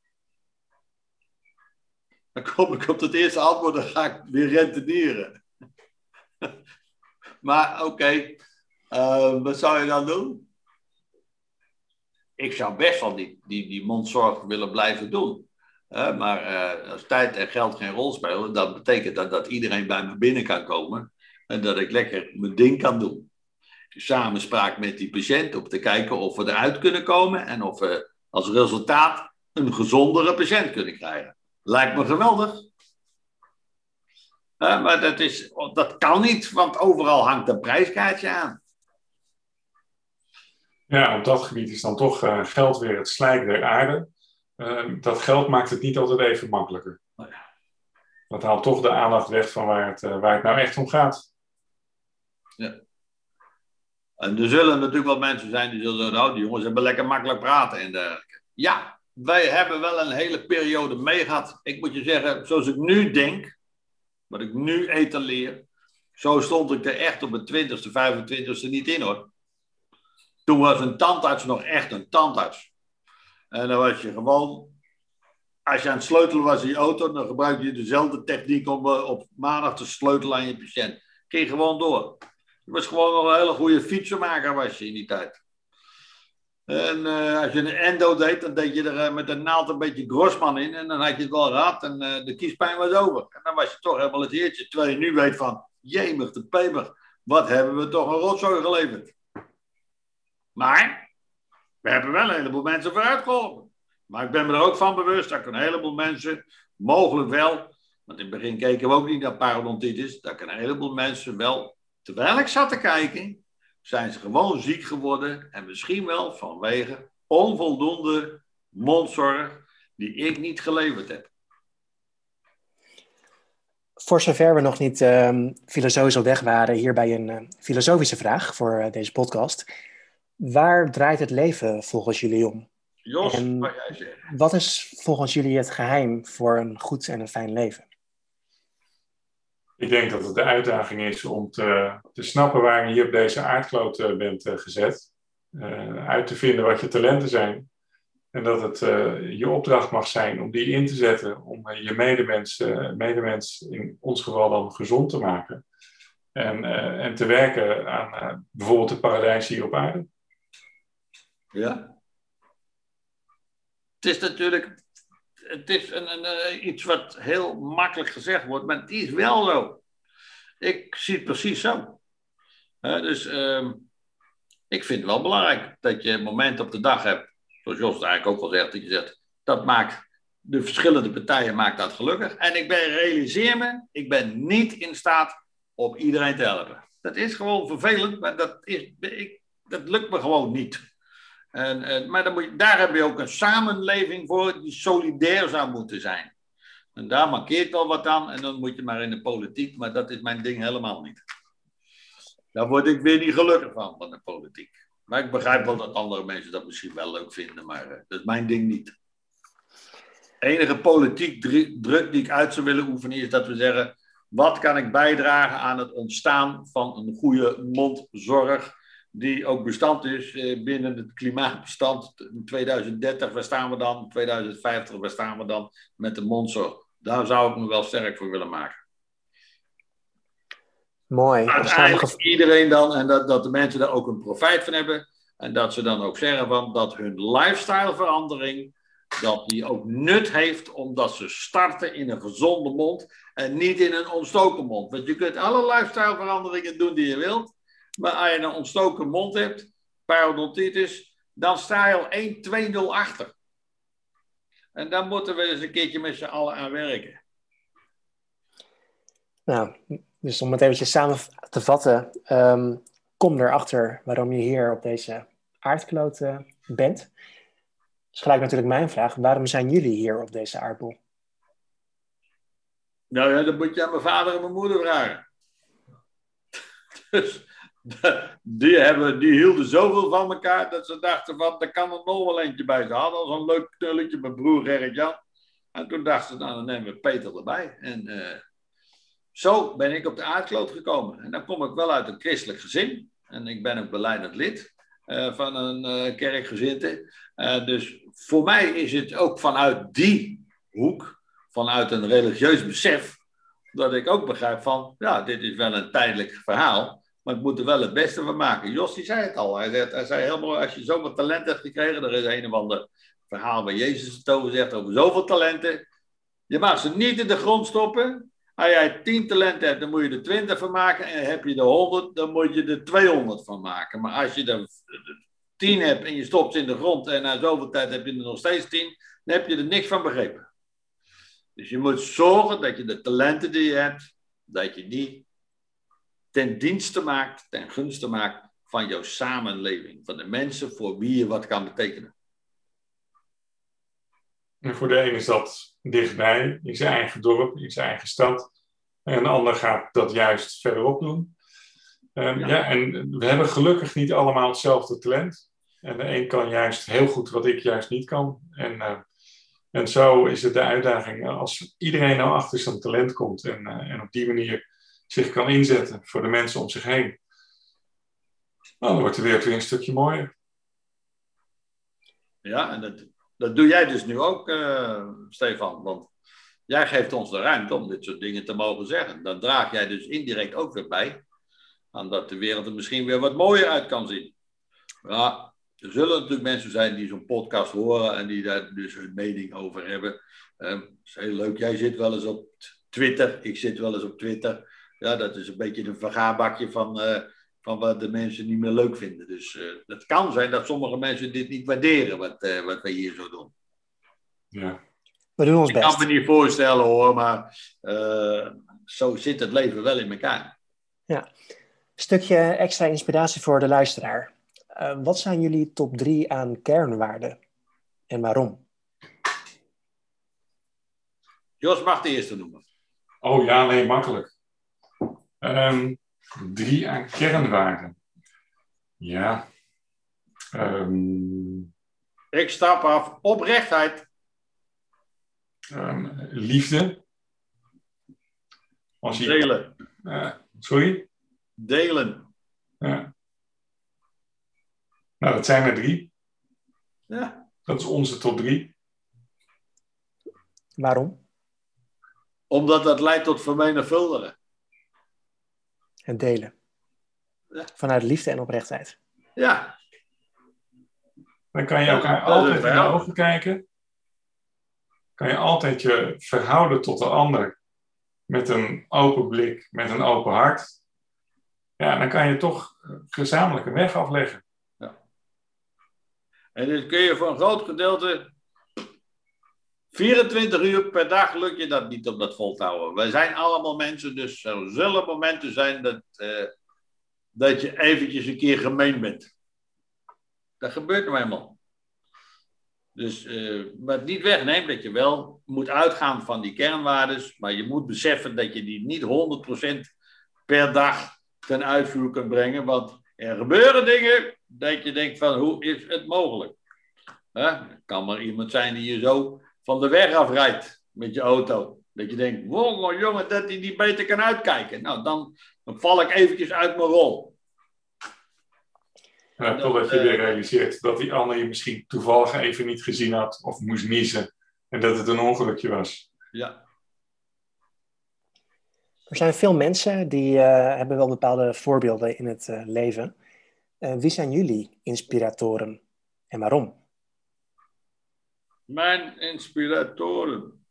Dan kom ik op het eerste antwoord, dan ga ik weer rentenieren. Maar oké, okay. uh, wat zou je dan doen? Ik zou best wel die, die, die mondzorg willen blijven doen. Uh, maar uh, als tijd en geld geen rol spelen, dat betekent dat, dat iedereen bij me binnen kan komen. En dat ik lekker mijn ding kan doen. Samenspraak met die patiënt om te kijken of we eruit kunnen komen. En of we als resultaat een gezondere patiënt kunnen krijgen. Lijkt me geweldig. Uh, maar dat, is, dat kan niet, want overal hangt een prijskaartje aan. Ja, op dat gebied is dan toch uh, geld weer het slijk der aarde. Uh, dat geld maakt het niet altijd even makkelijker. Oh ja. Dat haalt toch de aandacht weg van waar het, uh, waar het nou echt om gaat. Ja. En er zullen natuurlijk wel mensen zijn die zullen zeggen, nou, die jongens hebben lekker makkelijk praten en dergelijke. Ja, wij hebben wel een hele periode mee gehad. Ik moet je zeggen, zoals ik nu denk, wat ik nu etaleer, zo stond ik er echt op mijn twintigste, vijfentwintigste niet in hoor. Toen was een tandarts nog echt een tandarts. En dan was je gewoon, als je aan het sleutelen was in je auto, dan gebruikte je dezelfde techniek om uh, op maandag te sleutelen aan je patiënt. Ging gewoon door. Je was gewoon nog een hele goede fietsenmaker was je in die tijd. En uh, als je een endo deed, dan deed je er uh, met een naald een beetje Grossman in. En dan had je het wel gehad en uh, de kiespijn was over. En dan was je toch helemaal het heertje. Terwijl je nu weet van, jemig de peper, wat hebben we toch een rotzooi geleverd. Maar, we hebben wel een heleboel mensen vooruit geholpen. Maar ik ben me er ook van bewust dat ik een heleboel mensen, mogelijk wel, want in het begin keken we ook niet naar parodontitis, dat ik een heleboel mensen wel, terwijl ik zat te kijken, zijn ze gewoon ziek geworden en misschien wel vanwege onvoldoende mondzorg die ik niet geleverd heb. Voor zover we nog niet uh, filosofisch op weg waren, hierbij een uh, filosofische vraag voor uh, deze podcast. Waar draait het leven volgens jullie om? Jos, en wat jij zegt. Wat is volgens jullie het geheim voor een goed en een fijn leven? Ik denk dat het de uitdaging is om te, te snappen waar je hier op deze aardkloot uh, bent uh, gezet. Uh, uit te vinden wat je talenten zijn. En dat het uh, je opdracht mag zijn om die in te zetten. Om uh, je medemens, uh, medemens, in ons geval dan, gezond te maken. En, uh, en te werken aan uh, bijvoorbeeld het paradijs hier op aarde. Ja. Het is natuurlijk... Het is een, een, uh, iets wat heel makkelijk gezegd wordt, maar het is wel zo. Ik zie het precies zo. Uh, dus uh, ik vind het wel belangrijk dat je een moment op de dag hebt, zoals Jos het eigenlijk ook al zegt, dat je zegt, dat maakt de verschillende partijen maakt dat gelukkig. En ik ben, realiseer me, ik ben niet in staat om iedereen te helpen. Dat is gewoon vervelend, maar dat, is, ik, dat lukt me gewoon niet. En, en, maar dan moet je, daar heb je ook een samenleving voor die solidair zou moeten zijn. En daar markeert wel wat aan en dan moet je maar in de politiek, maar dat is mijn ding helemaal niet. Daar word ik weer niet gelukkig van, van de politiek. Maar ik begrijp wel dat andere mensen dat misschien wel leuk vinden, maar uh, dat is mijn ding niet. De enige politiek druk die ik uit zou willen oefenen is dat we zeggen, wat kan ik bijdragen aan het ontstaan van een goede mondzorg die ook bestand is uh, binnen het klimaatbestand. In tweeduizend dertig, waar staan we dan? tweeduizend vijftig, waar staan we dan met de mondzorg? Daar zou ik me wel sterk voor willen maken. Mooi. Uiteindelijk iedereen dan, en dat, dat de mensen daar ook een profijt van hebben. En dat ze dan ook zeggen van dat hun lifestyleverandering, dat die ook nut heeft, omdat ze starten in een gezonde mond en niet in een ontstoken mond. Want je kunt alle lifestyleveranderingen doen die je wilt, maar als je een ontstoken mond hebt, parodontitis, dan sta je al één twee nul achter. En daar moeten we eens een keertje met z'n allen aan werken. Nou, dus om het eventjes samen te vatten, um, kom erachter waarom je hier op deze aardkloot uh, bent. Dus gelijk natuurlijk mijn vraag, waarom zijn jullie hier op deze aardbol? Nou ja, dat moet je aan mijn vader en mijn moeder vragen. Dus die, hebben, die hielden zoveel van elkaar dat ze dachten van, er kan er nog wel eentje bij. Ze hadden al zo'n leuk knulletje met broer Gerrit-Jan. En toen dachten ze, nou dan nemen we Peter erbij. En uh, zo ben ik op de aardkloot gekomen. En dan kom ik wel uit een christelijk gezin. En ik ben ook belijdend lid uh, van een uh, kerkgezinte. Uh, dus voor mij is het ook vanuit die hoek, vanuit een religieus besef, dat ik ook begrijp van, ja, dit is wel een tijdelijk verhaal, maar ik moet er wel het beste van maken. Jos, die zei het al. Hij, zei, hij zei heel mooi, als je zoveel talent hebt gekregen, er is een of ander verhaal waar Jezus het over zegt, over zoveel talenten. Je mag ze niet in de grond stoppen. Als jij tien talenten hebt, dan moet je er twintig van maken. En heb je er honderd, dan moet je er tweehonderd van maken. Maar als je er tien hebt en je stopt ze in de grond en na zoveel tijd heb je er nog steeds tien, dan heb je er niks van begrepen. Dus je moet zorgen dat je de talenten die je hebt, dat je die ten dienste maakt, ten gunste maakt van jouw samenleving. Van de mensen voor wie je wat kan betekenen. En voor de ene is dat dichtbij, in zijn eigen dorp, in zijn eigen stad. En de ander gaat dat juist verderop doen. Um, ja. ja, en we hebben gelukkig niet allemaal hetzelfde talent. En de een kan juist heel goed wat ik juist niet kan. En, uh, en zo is het de uitdaging. Als iedereen nou achter zijn talent komt en, uh, en op die manier zich kan inzetten voor de mensen om zich heen, nou, dan wordt de wereld weer een stukje mooier. Ja, en dat, dat doe jij dus nu ook, uh, Stefan. Want jij geeft ons de ruimte om dit soort dingen te mogen zeggen. Dan draag jij dus indirect ook weer bij aan dat de wereld er misschien weer wat mooier uit kan zien. Ja, er zullen natuurlijk mensen zijn die zo'n podcast horen en die daar dus hun mening over hebben. Uh, dat is heel leuk. Jij zit wel eens op Twitter. Ik zit wel eens op Twitter. Ja, dat is een beetje een vergaarbakje van, uh, van wat de mensen niet meer leuk vinden. Dus uh, het kan zijn dat sommige mensen dit niet waarderen, wat, uh, wat wij hier zo doen. Ja. We doen ons best. Ik kan me niet voorstellen hoor, maar uh, zo zit het leven wel in elkaar. Ja, een stukje extra inspiratie voor de luisteraar. Uh, wat zijn jullie top drie aan kernwaarden en waarom? Jos mag de eerste noemen. Oh ja, nee, makkelijk. Um, drie aan kernwaarden. Ja. Um, Ik stap af. Oprechtheid. Um, liefde. Als je, Delen. Uh, sorry? Delen. Ja. Nou, dat zijn er drie. Ja. Dat is onze top drie. Waarom? Omdat dat leidt tot vermenigvuldigen. Het delen. Ja. Vanuit liefde en oprechtheid. Ja. Dan kan je elkaar ja, altijd in de ogen kijken. Kan je altijd je verhouden tot de ander. Met een open blik, met een open hart. Ja, dan kan je toch gezamenlijk een weg afleggen. Ja. En dit kun je voor een groot gedeelte vierentwintig uur per dag lukt je dat niet om dat vol te houden. Wij zijn allemaal mensen, dus er zullen momenten zijn dat, uh, dat je eventjes een keer gemeen bent. Dat gebeurt nou eenmaal. Dus uh, wat niet wegneemt dat je wel moet uitgaan van die kernwaardes, maar je moet beseffen dat je die niet honderd procent per dag ten uitvoer kunt brengen, want er gebeuren dingen dat je denkt van hoe is het mogelijk? Huh? Er kan maar iemand zijn die je zo van de weg afrijdt met je auto. Dat je denkt, wow jongen, dat hij niet beter kan uitkijken. Nou, dan, dan val ik eventjes uit mijn rol. Uh, totdat je weer realiseert dat die ander je misschien toevallig even niet gezien had of moest niezen. En dat het een ongelukje was. Ja. Er zijn veel mensen die uh, hebben wel bepaalde voorbeelden in het uh, leven. Uh, wie zijn jullie inspiratoren en waarom? Mijn inspiratoren.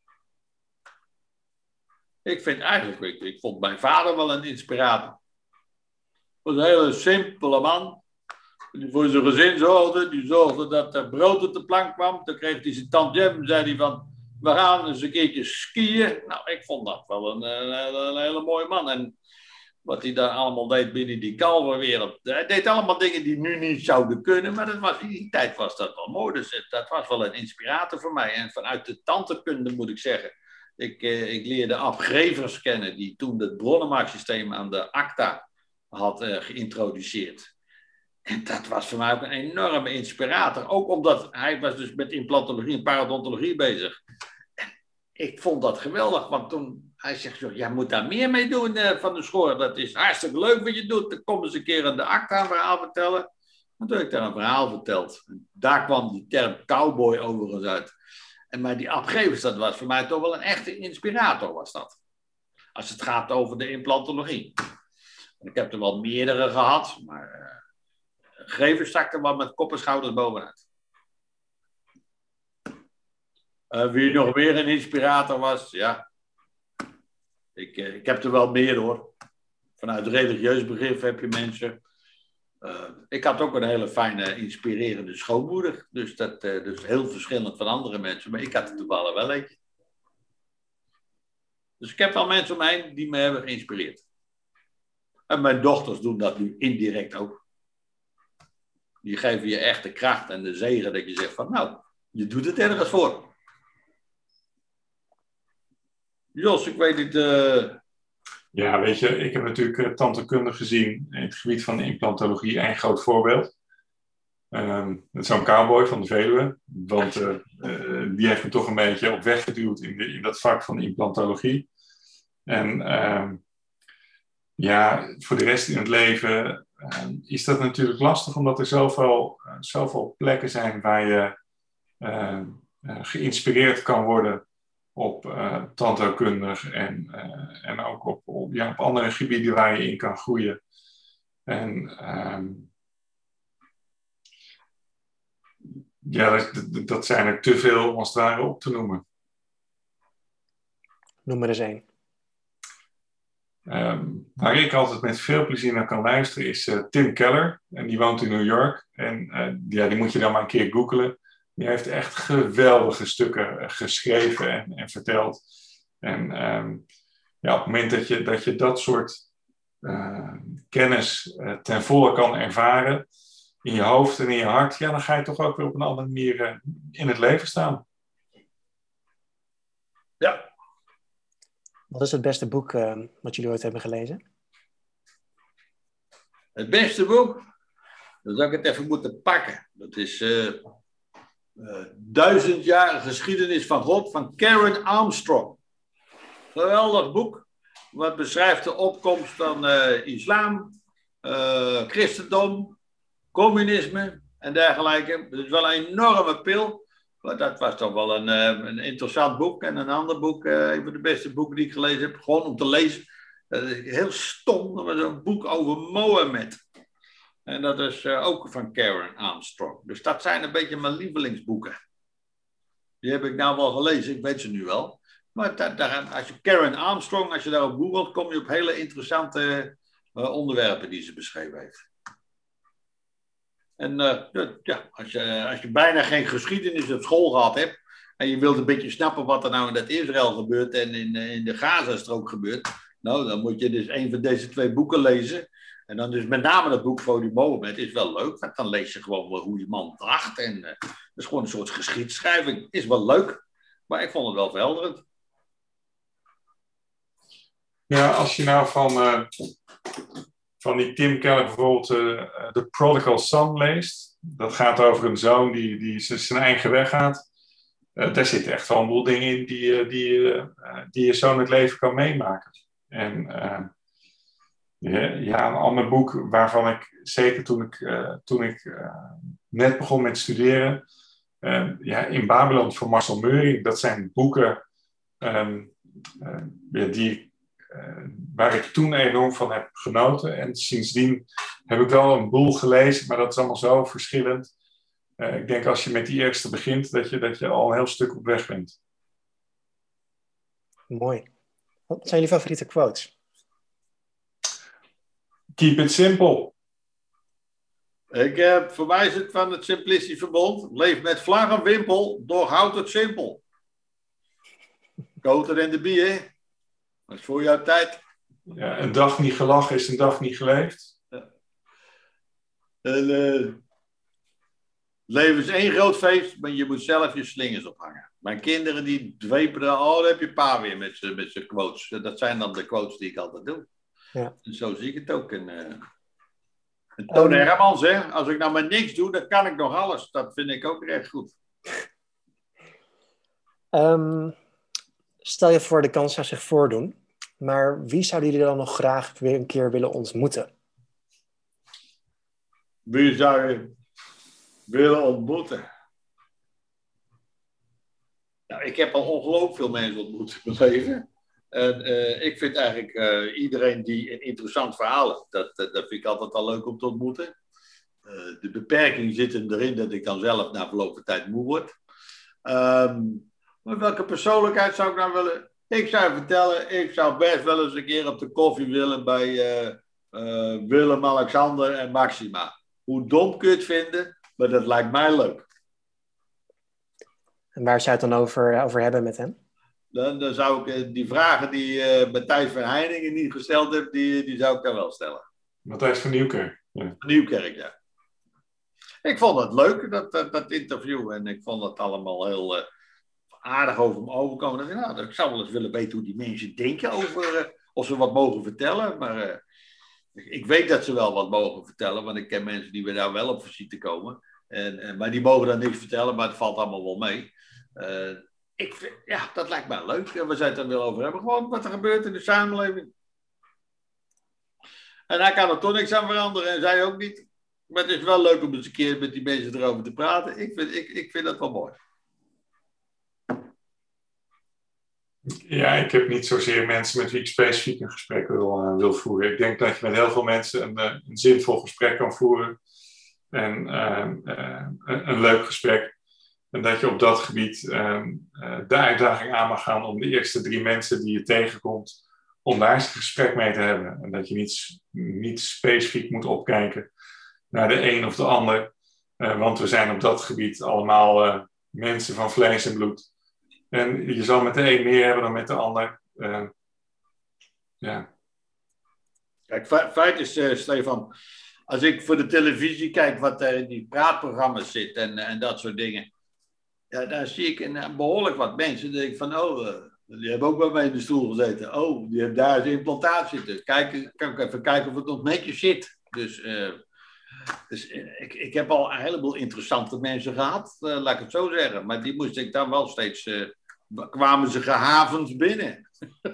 Ik vind eigenlijk, ik, ik vond mijn vader wel een inspirator. Hij was een hele simpele man. Die voor zijn gezin zorgde. Die zorgde dat er brood op de plank kwam. Dan kreeg hij zijn tantiem. Zei hij van, we gaan eens een keertje skiën. Nou, ik vond dat wel een, een, een hele mooie man. En wat hij daar allemaal deed binnen die kalverwereld. Hij deed allemaal dingen die nu niet zouden kunnen. Maar dat was, in die tijd was dat wel mooi. Dus dat was wel een inspirator voor mij. En vanuit de tantekunde moet ik zeggen. Ik, eh, ik leerde Ab Grevers kennen. Die toen het bronnenmarktsysteem aan de ACTA had uh, geïntroduceerd. En dat was voor mij ook een enorme inspirator. Ook omdat hij was dus met implantologie en parodontologie bezig. En ik vond dat geweldig. Want toen hij zegt, joh, jij moet daar meer mee doen uh, van de school. Dat is hartstikke leuk wat je doet. Dan kom eens een keer aan de ACTA een verhaal vertellen. En toen heb ik daar een verhaal verteld. En daar kwam die term cowboy overigens uit. En maar die Ab Grevers, dat was voor mij toch wel een echte inspirator, was dat. Als het gaat over de implantologie. Ik heb er wel meerdere gehad, maar uh, Grevers stak er wel met kop en schouders bovenuit. Uh, wie nog meer een inspirator was, ja. Ik, uh, ik heb er wel meer hoor. Vanuit religieus begrip heb je mensen. Uh, ik had ook een hele fijne, inspirerende schoonmoeder. Dus dat uh, dus heel verschillend van andere mensen. Maar ik had het toevallig wel eentje. Dus ik heb wel mensen om me heen die me hebben geïnspireerd. En mijn dochters doen dat nu indirect ook. Die geven je echt de kracht en de zegen dat je zegt van nou, je doet het ergens voor. Jos, ik weet niet... Uh... Ja, weet je, ik heb natuurlijk uh, tantekunde gezien in het gebied van de implantologie. Een groot voorbeeld. Um, dat is zo'n cowboy van de Veluwe. Want uh, uh, die heeft me toch een beetje op weg geduwd in, de, in dat vak van de implantologie. En uh, ja, voor de rest in het leven uh, is dat natuurlijk lastig, omdat er zoveel, uh, zoveel plekken zijn waar je uh, uh, geïnspireerd kan worden op uh, tandheelkundig en, uh, en ook op, op, ja, op andere gebieden waar je in kan groeien. En um, ja, dat, dat zijn er te veel om als het ware op te noemen. Noem er eens één. Um, waar ik altijd met veel plezier naar kan luisteren is uh, Tim Keller. En die woont in New York. En uh, ja, die moet je dan maar een keer googlen. Die heeft echt geweldige stukken geschreven en, en verteld. En um, ja, op het moment dat je dat, je dat soort uh, kennis uh, ten volle kan ervaren, in je hoofd en in je hart, ja, dan ga je toch ook weer op een andere manier uh, in het leven staan. Ja. Wat is het beste boek uh, wat jullie ooit hebben gelezen? Het beste boek? Dan zou ik het even moeten pakken. Dat is... Uh... Uh, duizend jaar geschiedenis van God van Karen Armstrong. Geweldig boek. Wat beschrijft de opkomst van uh, islam, uh, christendom, communisme en dergelijke. Het is wel een enorme pil. Maar dat was toch wel een, uh, een interessant boek. En een ander boek, uh, een van de beste boeken die ik gelezen heb. Gewoon om te lezen. Dat is heel stom. Dat was een boek over Mohammed. En dat is uh, ook van Karen Armstrong. Dus dat zijn een beetje mijn lievelingsboeken. Die heb ik nou wel gelezen, ik weet ze nu wel. Maar dat, daar, als je Karen Armstrong, als je daarop googelt, kom je op hele interessante uh, onderwerpen die ze beschreven heeft. En uh, ja, als je, als je bijna geen geschiedenis op school gehad hebt, en je wilt een beetje snappen wat er nou in dat Israël gebeurt en in, in de Gazastrook gebeurt, nou, dan moet je dus een van deze twee boeken lezen. En dan dus met name dat boek voor die Mohammed is wel leuk. Want dan lees je gewoon wel hoe die man dacht. En uh, dat is gewoon een soort geschiedschrijving. Is wel leuk. Maar ik vond het wel verhelderend. Ja, als je nou van, uh, van die Tim Keller bijvoorbeeld uh, The Prodigal Son leest. Dat gaat over een zoon die, die zijn eigen weg gaat. Uh, daar zitten echt wel een boel dingen in die, uh, die, uh, die je zo in het leven kan meemaken. En... Uh, Ja, ja, een ander boek waarvan ik, zeker toen ik, uh, toen ik uh, net begon met studeren, uh, ja, In Babylon van Marcel Meuring, dat zijn boeken um, uh, ja, die, uh, waar ik toen enorm van heb genoten. En sindsdien heb ik wel een boel gelezen, maar dat is allemaal zo verschillend. Uh, ik denk als je met die eerste begint, dat je, dat je al een heel stuk op weg bent. Mooi. Wat zijn jullie favoriete quotes? Keep it simple. Ik heb, voor mij is het van het Simplistisch Verbond. Leef met vlag en wimpel, doorhoud het simpel. Koter en de bier. Dat is voor jouw tijd. Ja, een dag niet gelachen is een dag niet geleefd. Ja. En, uh, leven is één groot feest, maar je moet zelf je slingers ophangen. Mijn kinderen die dwepen er, oh, daar heb je pa weer met zijn quotes. Dat zijn dan de quotes die ik altijd doe. Ja. En zo zie ik het ook. En, uh, en Toon um, Hermans, hè, als ik nou maar niks doe, dan kan ik nog alles. Dat vind ik ook echt goed. Um, stel je voor, de kans zou zich voordoen. Maar wie zouden jullie dan nog graag weer een keer willen ontmoeten? Wie zou je willen ontmoeten? Nou, ik heb al ongelooflijk veel mensen ontmoet in mijn leven. En uh, ik vind eigenlijk uh, iedereen die een interessant verhaal heeft, dat, dat, dat vind ik altijd al leuk om te ontmoeten. Uh, de beperking zit hem erin dat ik dan zelf na verloop van tijd moe word. Um, maar welke persoonlijkheid zou ik nou willen? Ik zou vertellen, ik zou best wel eens een keer op de koffie willen bij uh, uh, Willem, Alexander en Maxima. Hoe dom kun je het vinden, maar dat lijkt mij leuk. En waar zou je het dan over, over hebben met hem? Dan, dan zou ik die vragen die uh, Matthijs van Heiningen niet gesteld heeft, die, die zou ik dan wel stellen. Matthijs van Nieuwkerk. Ja. Van Nieuwkerk, ja. Ik vond het leuk, dat, dat, dat interview. En ik vond het allemaal heel uh, aardig over me overkomen. Nou, ik zou wel eens willen weten hoe die mensen denken over... Uh, of ze wat mogen vertellen. Maar uh, ik weet dat ze wel wat mogen vertellen. Want ik ken mensen die we daar wel op visite komen. En, en, maar die mogen dan niks vertellen, maar het valt allemaal wel mee. Uh, ik vind, ja, dat lijkt mij leuk. En we zijn het er wel over hebben. Gewoon wat er gebeurt in de samenleving. En hij kan er toch niks aan veranderen. En zij ook niet. Maar het is wel leuk om eens een keer met die mensen erover te praten. Ik vind, ik, ik vind dat wel mooi. Ja, ik heb niet zozeer mensen met wie ik specifiek een gesprek wil, uh, wil voeren. Ik denk dat je met heel veel mensen een, uh, een zinvol gesprek kan voeren. En uh, uh, een, een leuk gesprek. En dat je op dat gebied uh, uh, de uitdaging aan mag gaan om de eerste drie mensen die je tegenkomt, om daar eens een gesprek mee te hebben. En dat je niet, niet specifiek moet opkijken naar de een of de ander. Uh, want we zijn op dat gebied allemaal uh, mensen van vlees en bloed. En je zal met de een meer hebben dan met de ander. Uh, ja. Kijk, feit is, uh, Stefan, als ik voor de televisie kijk wat er in die praatprogramma's zit en, en dat soort dingen. Ja, daar zie ik een, behoorlijk wat mensen. Dan denk ik van, oh, uh, die hebben ook bij mij in de stoel gezeten. Oh, die hebben daar een implantaat zitten. Kijk, kan ik even kijken of het nog netjes zit. Dus, uh, dus uh, ik, ik heb al een heleboel interessante mensen gehad, uh, laat ik het zo zeggen. Maar die moest ik dan wel steeds, uh, kwamen ze gehavend binnen.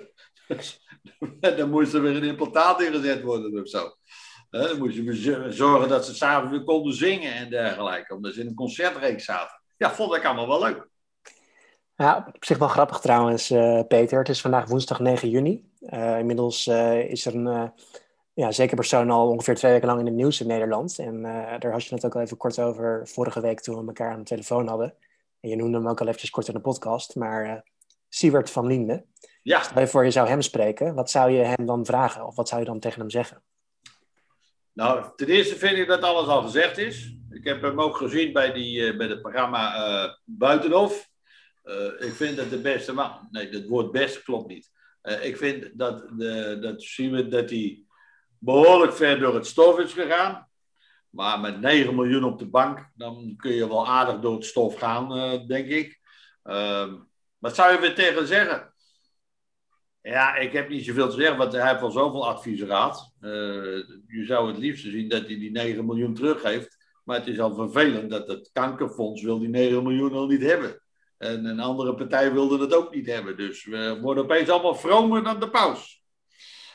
Dan moest er weer een implantaat ingezet worden of zo. Uh, dan moest je zorgen dat ze s'avonds weer konden zingen en dergelijke. Omdat ze in een concertreeks zaten. Ja, vond ik allemaal wel leuk. Ja, op zich wel grappig trouwens, uh, Peter. Het is vandaag woensdag negen juni. Uh, inmiddels uh, is er een uh, ja, zeker persoon al ongeveer twee weken lang in het nieuws in Nederland. En uh, daar had je het ook al even kort over vorige week toen we elkaar aan de telefoon hadden. En je noemde hem ook al eventjes kort in de podcast. Maar uh, Siewert van Liende. Ja. Stel je voor je zou hem spreken. Wat zou je hem dan vragen? Of wat zou je dan tegen hem zeggen? Nou, ten eerste vind ik dat alles al gezegd is. Ik heb hem ook gezien bij, die, uh, bij het programma uh, Buitenhof. Uh, ik vind dat de beste man... Nee, het woord beste klopt niet. Uh, ik vind dat, de, dat zien we dat hij behoorlijk ver door het stof is gegaan. Maar met negen miljoen op de bank, dan kun je wel aardig door het stof gaan, uh, denk ik. Uh, wat zou je weer tegen zeggen? Ja, ik heb niet zoveel te zeggen, want hij heeft al zoveel adviezen gehad. Uh, je zou het liefst zien dat hij die negen miljoen teruggeeft. Maar het is al vervelend dat het kankerfonds wil die negen miljoen al niet hebben. En een andere partij wilde het ook niet hebben. Dus we worden opeens allemaal vromer dan de paus.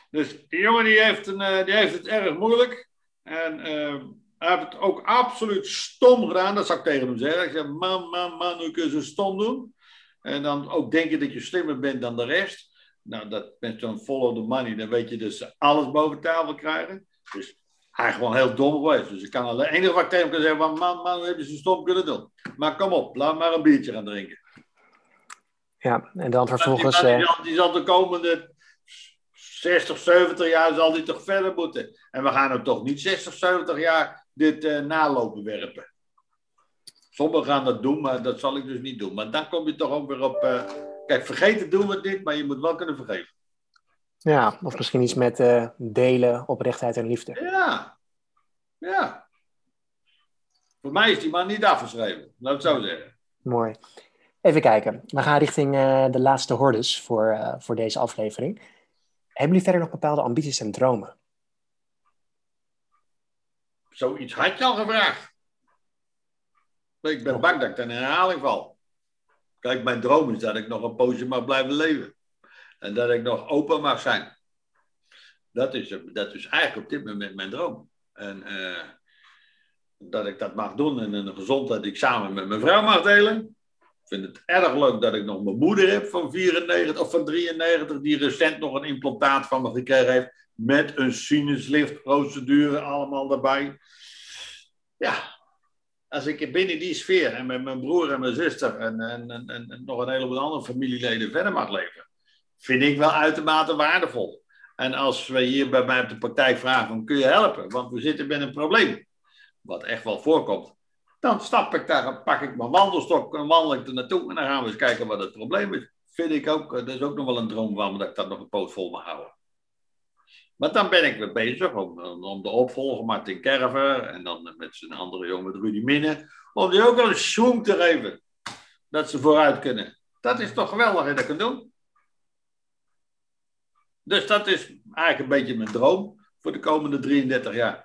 Dus die jongen die heeft, een, uh, die heeft het erg moeilijk. En uh, hij heeft het ook absoluut stom gedaan. Dat zou ik tegen hem zeggen. Ik zeg, man, man, man, hoe kun je zo stom doen? En dan ook denken dat je slimmer bent dan de rest. Nou, dat met zo'n follow the money, dan weet je dus alles boven tafel krijgen. Dus hij is gewoon heel dom geweest. Dus ik kan alleen, het enige wat ik tegen hem kan zeggen, van, man, man, hoe heb je zo stom kunnen doen? Maar kom op, laat maar een biertje gaan drinken. Ja, en dan vervolgens... Die, die, zal, die zal de komende zestig, zeventig jaar zal die toch verder moeten. En we gaan hem toch niet zestig, zeventig jaar dit uh, nalopen werpen. Sommigen gaan dat doen, maar dat zal ik dus niet doen. Maar dan kom je toch ook weer op... Uh, kijk, vergeten doen we het niet, maar je moet wel kunnen vergeven. Ja, of misschien iets met uh, delen, oprechtheid en liefde. Ja, ja. Voor mij is die man niet afgeschreven, laat ik het zo zeggen. Mooi. Even kijken. We gaan richting uh, de laatste hordes voor, uh, voor deze aflevering. Hebben jullie verder nog bepaalde ambities en dromen? Zoiets had je al gevraagd. Ik ben bang dat ik dan in herhaling val. Kijk, mijn droom is dat ik nog een poosje mag blijven leven. En dat ik nog open mag zijn. Dat is, dat is eigenlijk op dit moment mijn droom. En uh, dat ik dat mag doen en een gezondheid die ik samen met mijn vrouw mag delen. Ik vind het erg leuk dat ik nog mijn moeder heb van vierennegentig of van drieënnegentig, die recent nog een implantaat van me gekregen heeft. Met een sinusliftprocedure allemaal daarbij. Ja, als ik binnen die sfeer en met mijn broer en mijn zuster en, en, en, en nog een heleboel andere familieleden verder mag leven, vind ik wel uitermate waardevol. En als we hier bij mij op de praktijk vragen, kun je helpen? Want we zitten met een probleem, wat echt wel voorkomt. Dan stap ik daar, pak ik mijn wandelstok en wandel ik er naartoe en dan gaan we eens kijken wat het probleem is. Vind ik ook, dat is ook nog wel een droom van me dat ik dat nog een poot vol mag houden. Maar dan ben ik weer bezig om, om de opvolger Martin Kerver en dan met zijn andere jongen met Rudy Minne, om die ook wel een schoen te geven. Dat ze vooruit kunnen. Dat is toch geweldig dat je dat kunt doen. Dus dat is eigenlijk een beetje mijn droom voor de komende drieëndertig jaar.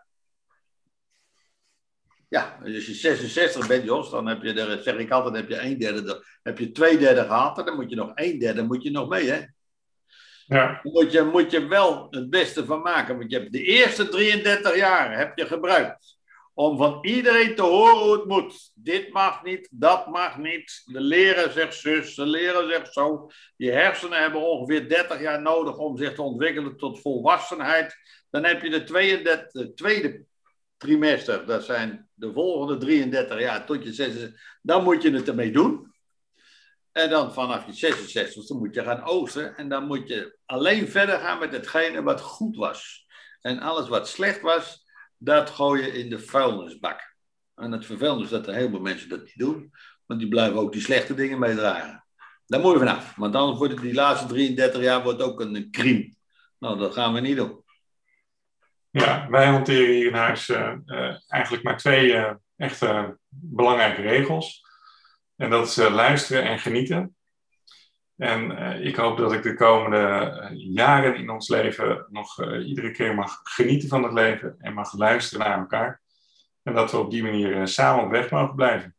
Ja, als je zesenzestig bent, Jos, dan heb je, dat zeg ik altijd, heb je een derde, dan heb je twee derde gehad en dan moet je nog een derde moet je nog mee, hè? Ja. Daar moet je, moet je wel het beste van maken, want je hebt de eerste drieëndertig jaar heb je gebruikt om van iedereen te horen hoe het moet. Dit mag niet, dat mag niet. De leraar zegt zus, de leraar zegt zo. Je hersenen hebben ongeveer dertig jaar nodig om zich te ontwikkelen tot volwassenheid. Dan heb je de tweeëndertig, tweede trimester, dat zijn de volgende drieëndertig jaar tot je zesenzestig. Dan moet je het ermee doen. En dan vanaf je zesenzestigste moet je gaan oogsten. En dan moet je alleen verder gaan met hetgene wat goed was. En alles wat slecht was, dat gooi je in de vuilnisbak. En het vervelende is dat er heel veel mensen dat niet doen. Want die blijven ook die slechte dingen meedragen. Daar moet je vanaf. Want anders wordt het die laatste drieëndertig jaar wordt ook een, een crime. Nou, dat gaan we niet doen. Ja, wij hanteren hier in huis uh, uh, eigenlijk maar twee uh, echte uh, belangrijke regels. En dat is uh, luisteren en genieten. En uh, ik hoop dat ik de komende uh, jaren in ons leven nog uh, iedere keer mag genieten van het leven en mag luisteren naar elkaar. En dat we op die manier uh, samen op weg mogen blijven.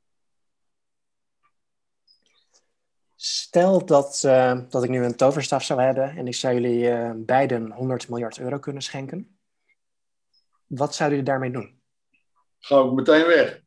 Stel dat, uh, dat ik nu een toverstaf zou hebben en ik zou jullie uh, beiden honderd miljard euro kunnen schenken. Wat zouden jullie daarmee doen? Ga ik meteen weg.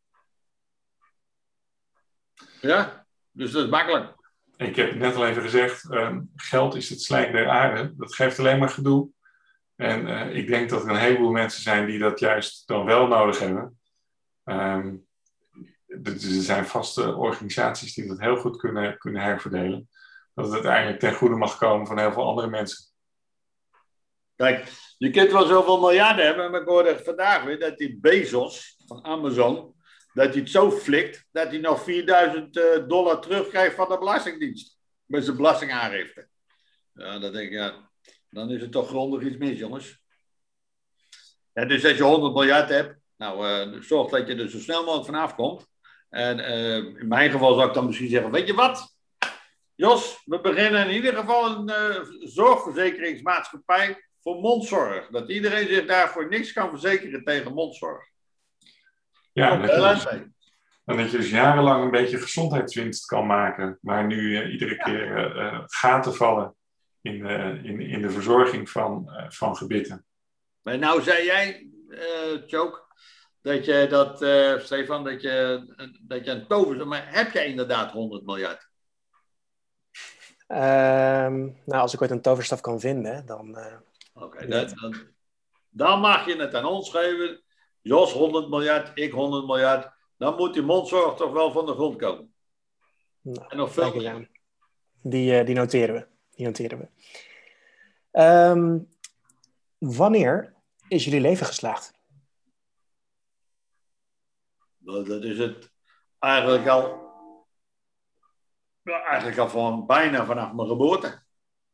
Ja, dus dat is makkelijk. Ik heb net al even gezegd, uh, geld is het slijk der aarde. Dat geeft alleen maar gedoe. En uh, ik denk dat er een heleboel mensen zijn die dat juist dan wel nodig hebben. Um, er zijn vaste organisaties die dat heel goed kunnen, kunnen herverdelen. Dat het uiteindelijk ten goede mag komen van heel veel andere mensen. Kijk, je kunt wel zoveel miljarden hebben, maar ik hoorde vandaag weer dat die Bezos van Amazon, dat hij het zo flikt, dat hij nog vierduizend dollar terugkrijgt van de Belastingdienst. Met zijn belastingaangifte. Ja, dan denk ik, ja, dan is het toch grondig iets mis, jongens. Ja, dus als je honderd miljard hebt, nou, uh, zorg dat je er zo snel mogelijk vanaf komt. En uh, in mijn geval zou ik dan misschien zeggen, weet je wat? Jos, we beginnen in ieder geval een uh, zorgverzekeringsmaatschappij voor mondzorg. Dat iedereen zich daarvoor niks kan verzekeren tegen mondzorg. Ja, dat je, dus, en dat je dus jarenlang een beetje gezondheidswinst kan maken. Maar nu uh, iedere ja. keer uh, gaten vallen in, uh, in, in de verzorging van, uh, van gebitten. Maar nou zei jij, uh, Choke, dat je dat, uh, Stefan, dat je, dat je een tover... Maar heb jij inderdaad honderd miljard? Um, nou, als ik ooit een toverstaf kan vinden, dan... Uh, Oké, okay, dan, dan mag je het aan ons geven. Jos honderd miljard, ik honderd miljard. Dan moet die mondzorg toch wel van de grond komen. Nou, en nog veel meer. Die, uh, die noteren we. Die noteren we. Um, wanneer is jullie leven geslaagd? Nou, dat is het eigenlijk al... Ja, eigenlijk al van bijna vanaf mijn geboorte.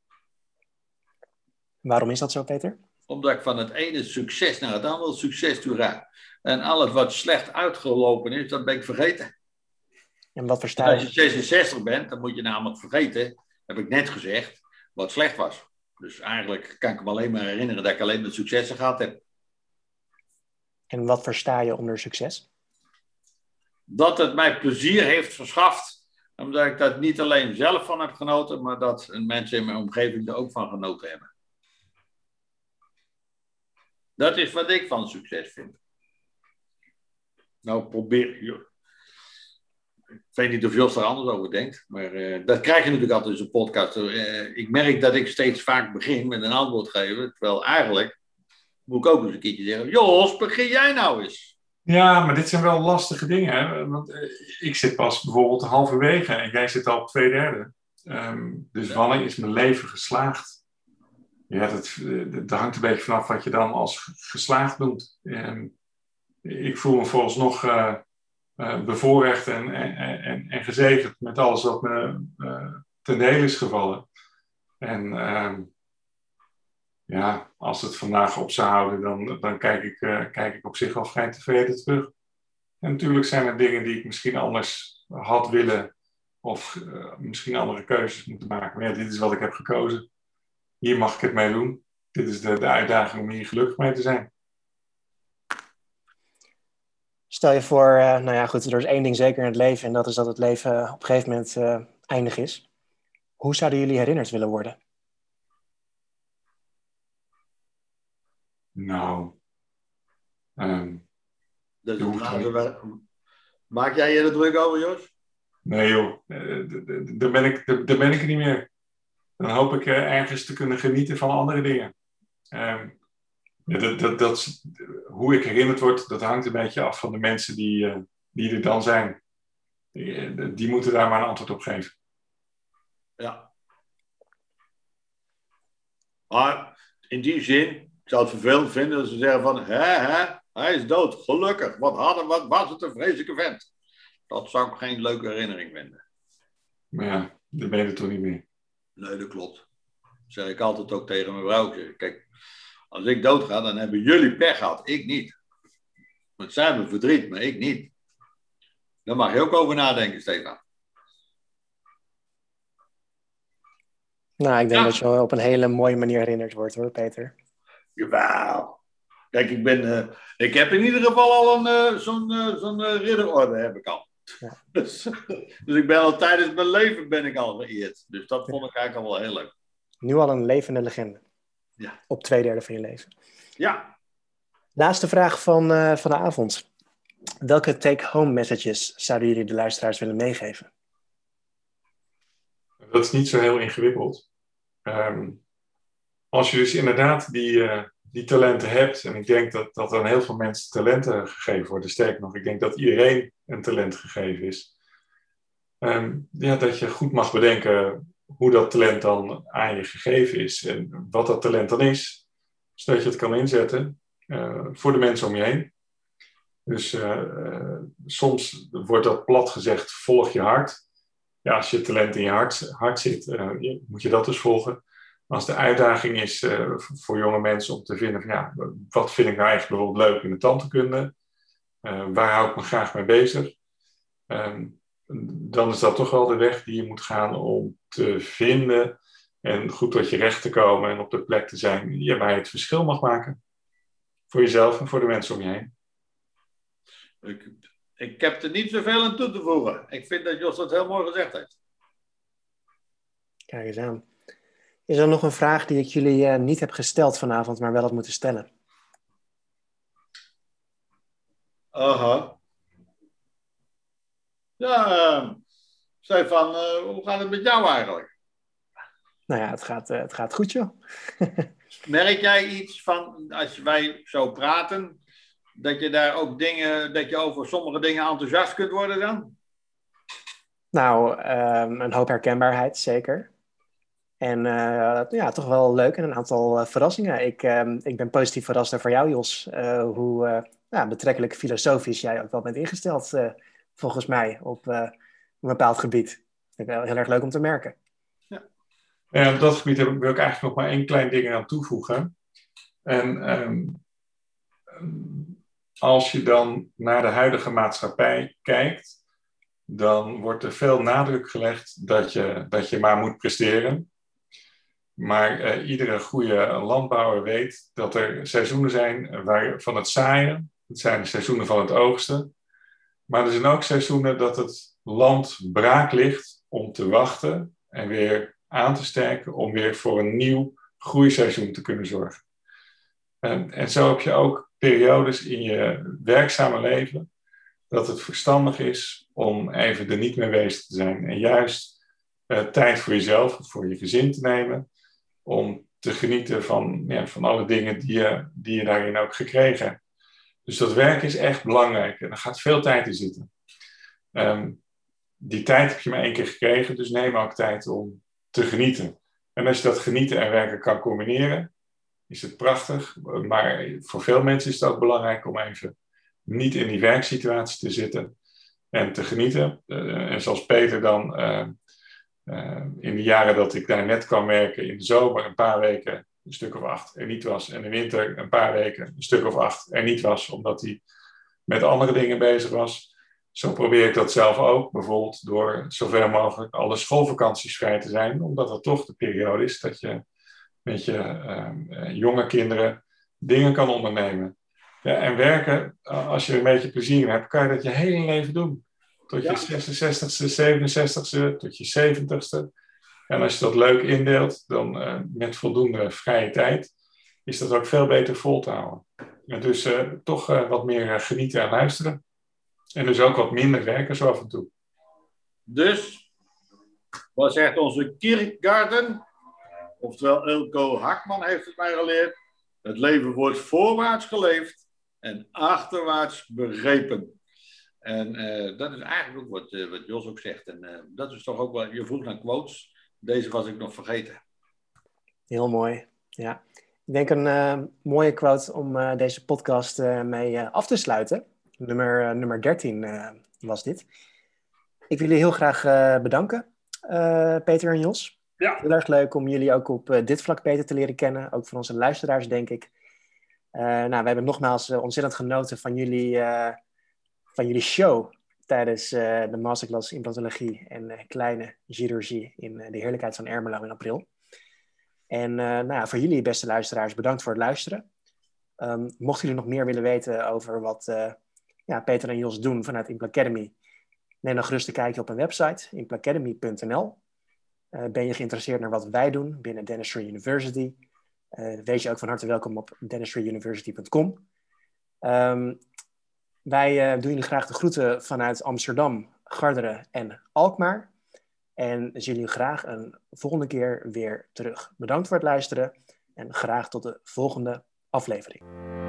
Waarom is dat zo, Peter? Omdat ik van het ene succes naar het andere succes toe ga. En alles wat slecht uitgelopen is, dat ben ik vergeten. En wat versta je? Als je zesenzestig bent, dan moet je namelijk vergeten, heb ik net gezegd, wat slecht was. Dus eigenlijk kan ik me alleen maar herinneren dat ik alleen de successen gehad heb. En wat versta je onder succes? Dat het mij plezier heeft verschaft. Omdat ik dat niet alleen zelf van heb genoten, maar dat mensen in mijn omgeving er ook van genoten hebben. Dat is wat ik van succes vind. Nou, probeer je. Ik weet niet of Jos er anders over denkt, maar uh, dat krijg je natuurlijk altijd in zo'n podcast. Uh, ik merk dat ik steeds vaak begin met een antwoord geven, terwijl eigenlijk moet ik ook eens een keertje zeggen, Jos, begin jij nou eens. Ja, maar dit zijn wel lastige dingen. Hè? Want uh, ik zit pas bijvoorbeeld halverwege en jij zit al op twee derde. Um, dus ja. Wanneer is mijn leven geslaagd? Ja, dat, dat hangt een beetje vanaf wat je dan als geslaagd doet. Um, ik voel me vooralsnog uh, uh, bevoorrecht en, en, en, en gezegend met alles wat me uh, ten deel is gevallen. En um, ja, als het vandaag op zou houden, dan, dan kijk, ik, uh, kijk ik op zich al vrij tevreden terug. En natuurlijk zijn er dingen die ik misschien anders had willen of uh, misschien andere keuzes moeten maken. Maar ja, dit is wat ik heb gekozen. Hier mag ik het mee doen. Dit is de, de uitdaging om hier gelukkig mee te zijn. Stel je voor, uh, nou ja goed, er is één ding zeker in het leven en dat is dat het leven op een gegeven moment uh, eindig is. Hoe zouden jullie herinnerd willen worden? Nou, um, dus het maak jij je er druk over, Jos? Nee joh, daar ben ik, daar ben ik er niet meer. Dan hoop ik uh, ergens te kunnen genieten van andere dingen. Um, ja, dat, dat, dat, hoe ik herinnerd word, dat hangt een beetje af van de mensen die, uh, die er dan zijn. Die, die moeten daar maar een antwoord op geven. Ja. Maar in die zin, ik zou het vervelend vinden als ze zeggen van, hè, hè, hij is dood, gelukkig. Wat, hadden, wat was het een vreselijke vent. Dat zou ik geen leuke herinnering vinden. Maar ja, daar ben je er toch niet meer. Nee, dat klopt. Dat zeg ik altijd ook tegen mijn vrouw. Kijk, als ik doodga, dan hebben jullie pech gehad. Ik niet. Het zijn me verdriet, maar ik niet. Daar mag je ook over nadenken, Stefan. Nou, ik denk ja. dat je wel op een hele mooie manier herinnerd wordt, hoor, Peter. Jawel. Kijk, ik ben... Uh, ik heb in ieder geval al een, uh, zo'n, uh, zo'n uh, ridderorde, heb ik al. Ja. Dus, dus ik ben al tijdens mijn leven ben ik al geëerd. Dus dat vond ik eigenlijk al wel heel leuk. Nu al een levende legende. Ja. Op twee derde van je leven. Ja. Laatste vraag van, uh, van de avond. Welke take-home messages zouden jullie de luisteraars willen meegeven? Dat is niet zo heel ingewikkeld. Um, als je dus inderdaad die, uh, die talenten hebt, en ik denk dat, dat aan heel veel mensen talenten gegeven worden, sterker nog, ik denk dat iedereen een talent gegeven is. Um, ja, dat je goed mag bedenken hoe dat talent dan aan je gegeven is en wat dat talent dan is, zodat je het kan inzetten uh, voor de mensen om je heen. Dus uh, uh, soms wordt dat plat gezegd, volg je hart. Ja, als je talent in je hart, hart zit, uh, moet je dat dus volgen. Als de uitdaging is uh, voor jonge mensen om te vinden van ja, wat vind ik nou eigenlijk bijvoorbeeld leuk in de tandheelkunde? Uh, waar hou ik me graag mee bezig? Um, dan is dat toch wel de weg die je moet gaan om te vinden en goed tot je recht te komen en op de plek te zijn ja, waar je het verschil mag maken. Voor jezelf en voor de mensen om je heen. Ik, ik heb er niet zoveel aan toe te voegen. Ik vind dat Jos dat heel mooi gezegd heeft. Kijk eens aan. Is er nog een vraag die ik jullie uh, niet heb gesteld vanavond, maar wel had moeten stellen? Aha. Ja, uh, Stefan, uh, hoe gaat het met jou eigenlijk? Nou ja, het gaat, uh, het gaat goed, joh. Merk jij iets van, als wij zo praten, dat je daar ook dingen, dat je over sommige dingen enthousiast kunt worden dan? Nou, um, een hoop herkenbaarheid, zeker. En uh, ja, toch wel leuk en een aantal uh, verrassingen. Ik, um, ik ben positief verrast over jou, Jos. Uh, hoe uh, ja, betrekkelijk filosofisch jij ook wel bent ingesteld, uh, volgens mij, op uh, een bepaald gebied. Dat vind ik wel heel erg leuk om te merken. Ja, ja op dat gebied heb ik, wil ik eigenlijk nog maar één klein ding aan toevoegen. En um, um, als je dan naar de huidige maatschappij kijkt, dan wordt er veel nadruk gelegd dat je, dat je maar moet presteren. Maar uh, iedere goede landbouwer weet dat er seizoenen zijn waar, van het zaaien. Het zijn de seizoenen van het oogsten. Maar er zijn ook seizoenen dat het land braak ligt om te wachten en weer aan te sterken om weer voor een nieuw groeiseizoen te kunnen zorgen. En, en zo heb je ook periodes in je werkzame leven dat het verstandig is om even er niet mee bezig te zijn. En juist uh, tijd voor jezelf, voor je gezin te nemen, om te genieten van, ja, van alle dingen die je, die je daarin ook gekregen hebt. Dus dat werk is echt belangrijk en er gaat veel tijd in zitten. Um, die tijd heb je maar één keer gekregen, dus neem ook tijd om te genieten. En als je dat genieten en werken kan combineren, is het prachtig. Maar voor veel mensen is het ook belangrijk om even niet in die werksituatie te zitten en te genieten. Uh, en zoals Peter dan uh, uh, in de jaren dat ik daar net kwam werken, in de zomer een paar weken een stuk of acht er niet was. En in de winter een paar weken een stuk of acht er niet was, omdat hij met andere dingen bezig was. Zo probeer ik dat zelf ook, bijvoorbeeld door zoveel mogelijk alle schoolvakanties vrij te zijn, omdat het toch de periode is dat je met je uh, jonge kinderen dingen kan ondernemen. Ja, en werken, als je er een beetje plezier in hebt, kan je dat je hele leven doen. Tot je ja. zesenzestigste, zevenenzestigste, tot je zeventigste. En als je dat leuk indeelt, dan uh, met voldoende vrije tijd, is dat ook veel beter vol te houden. En dus uh, toch uh, wat meer uh, genieten en luisteren. En dus ook wat minder werken zo af en toe. Dus, wat zegt onze Kierkegaard? Oftewel Eelco Hakman heeft het mij geleerd. Het leven wordt voorwaarts geleefd en achterwaarts begrepen. En uh, dat is eigenlijk ook wat, uh, wat Jos ook zegt. En uh, dat is toch ook wel, je vroeg naar quotes. Deze was ik nog vergeten. Heel mooi, ja. Ik denk een uh, mooie quote om uh, deze podcast uh, mee uh, af te sluiten. Nummer, uh, nummer dertien uh, was dit. Ik wil jullie heel graag uh, bedanken, uh, Peter en Jos. Ja. Heel erg leuk om jullie ook op uh, dit vlak beter te leren kennen. Ook voor onze luisteraars, denk ik. Uh, nou, we hebben nogmaals uh, ontzettend genoten van jullie, uh, van jullie show tijdens uh, de masterclass implantologie en uh, kleine chirurgie in uh, de heerlijkheid van Ermelo in april. En uh, nou ja, voor jullie, beste luisteraars, bedankt voor het luisteren. Um, mochten jullie nog meer willen weten over wat uh, ja, Peter en Jos doen vanuit Implacademy, neem dan gerust een kijkje op een website, implacademy punt n l. Uh, ben je geïnteresseerd naar wat wij doen binnen Dentistry University? Uh, wees je ook van harte welkom op dentistry university punt com. Um, wij uh, doen jullie graag de groeten vanuit Amsterdam, Garderen en Alkmaar. En zien jullie graag een volgende keer weer terug. Bedankt voor het luisteren en graag tot de volgende aflevering.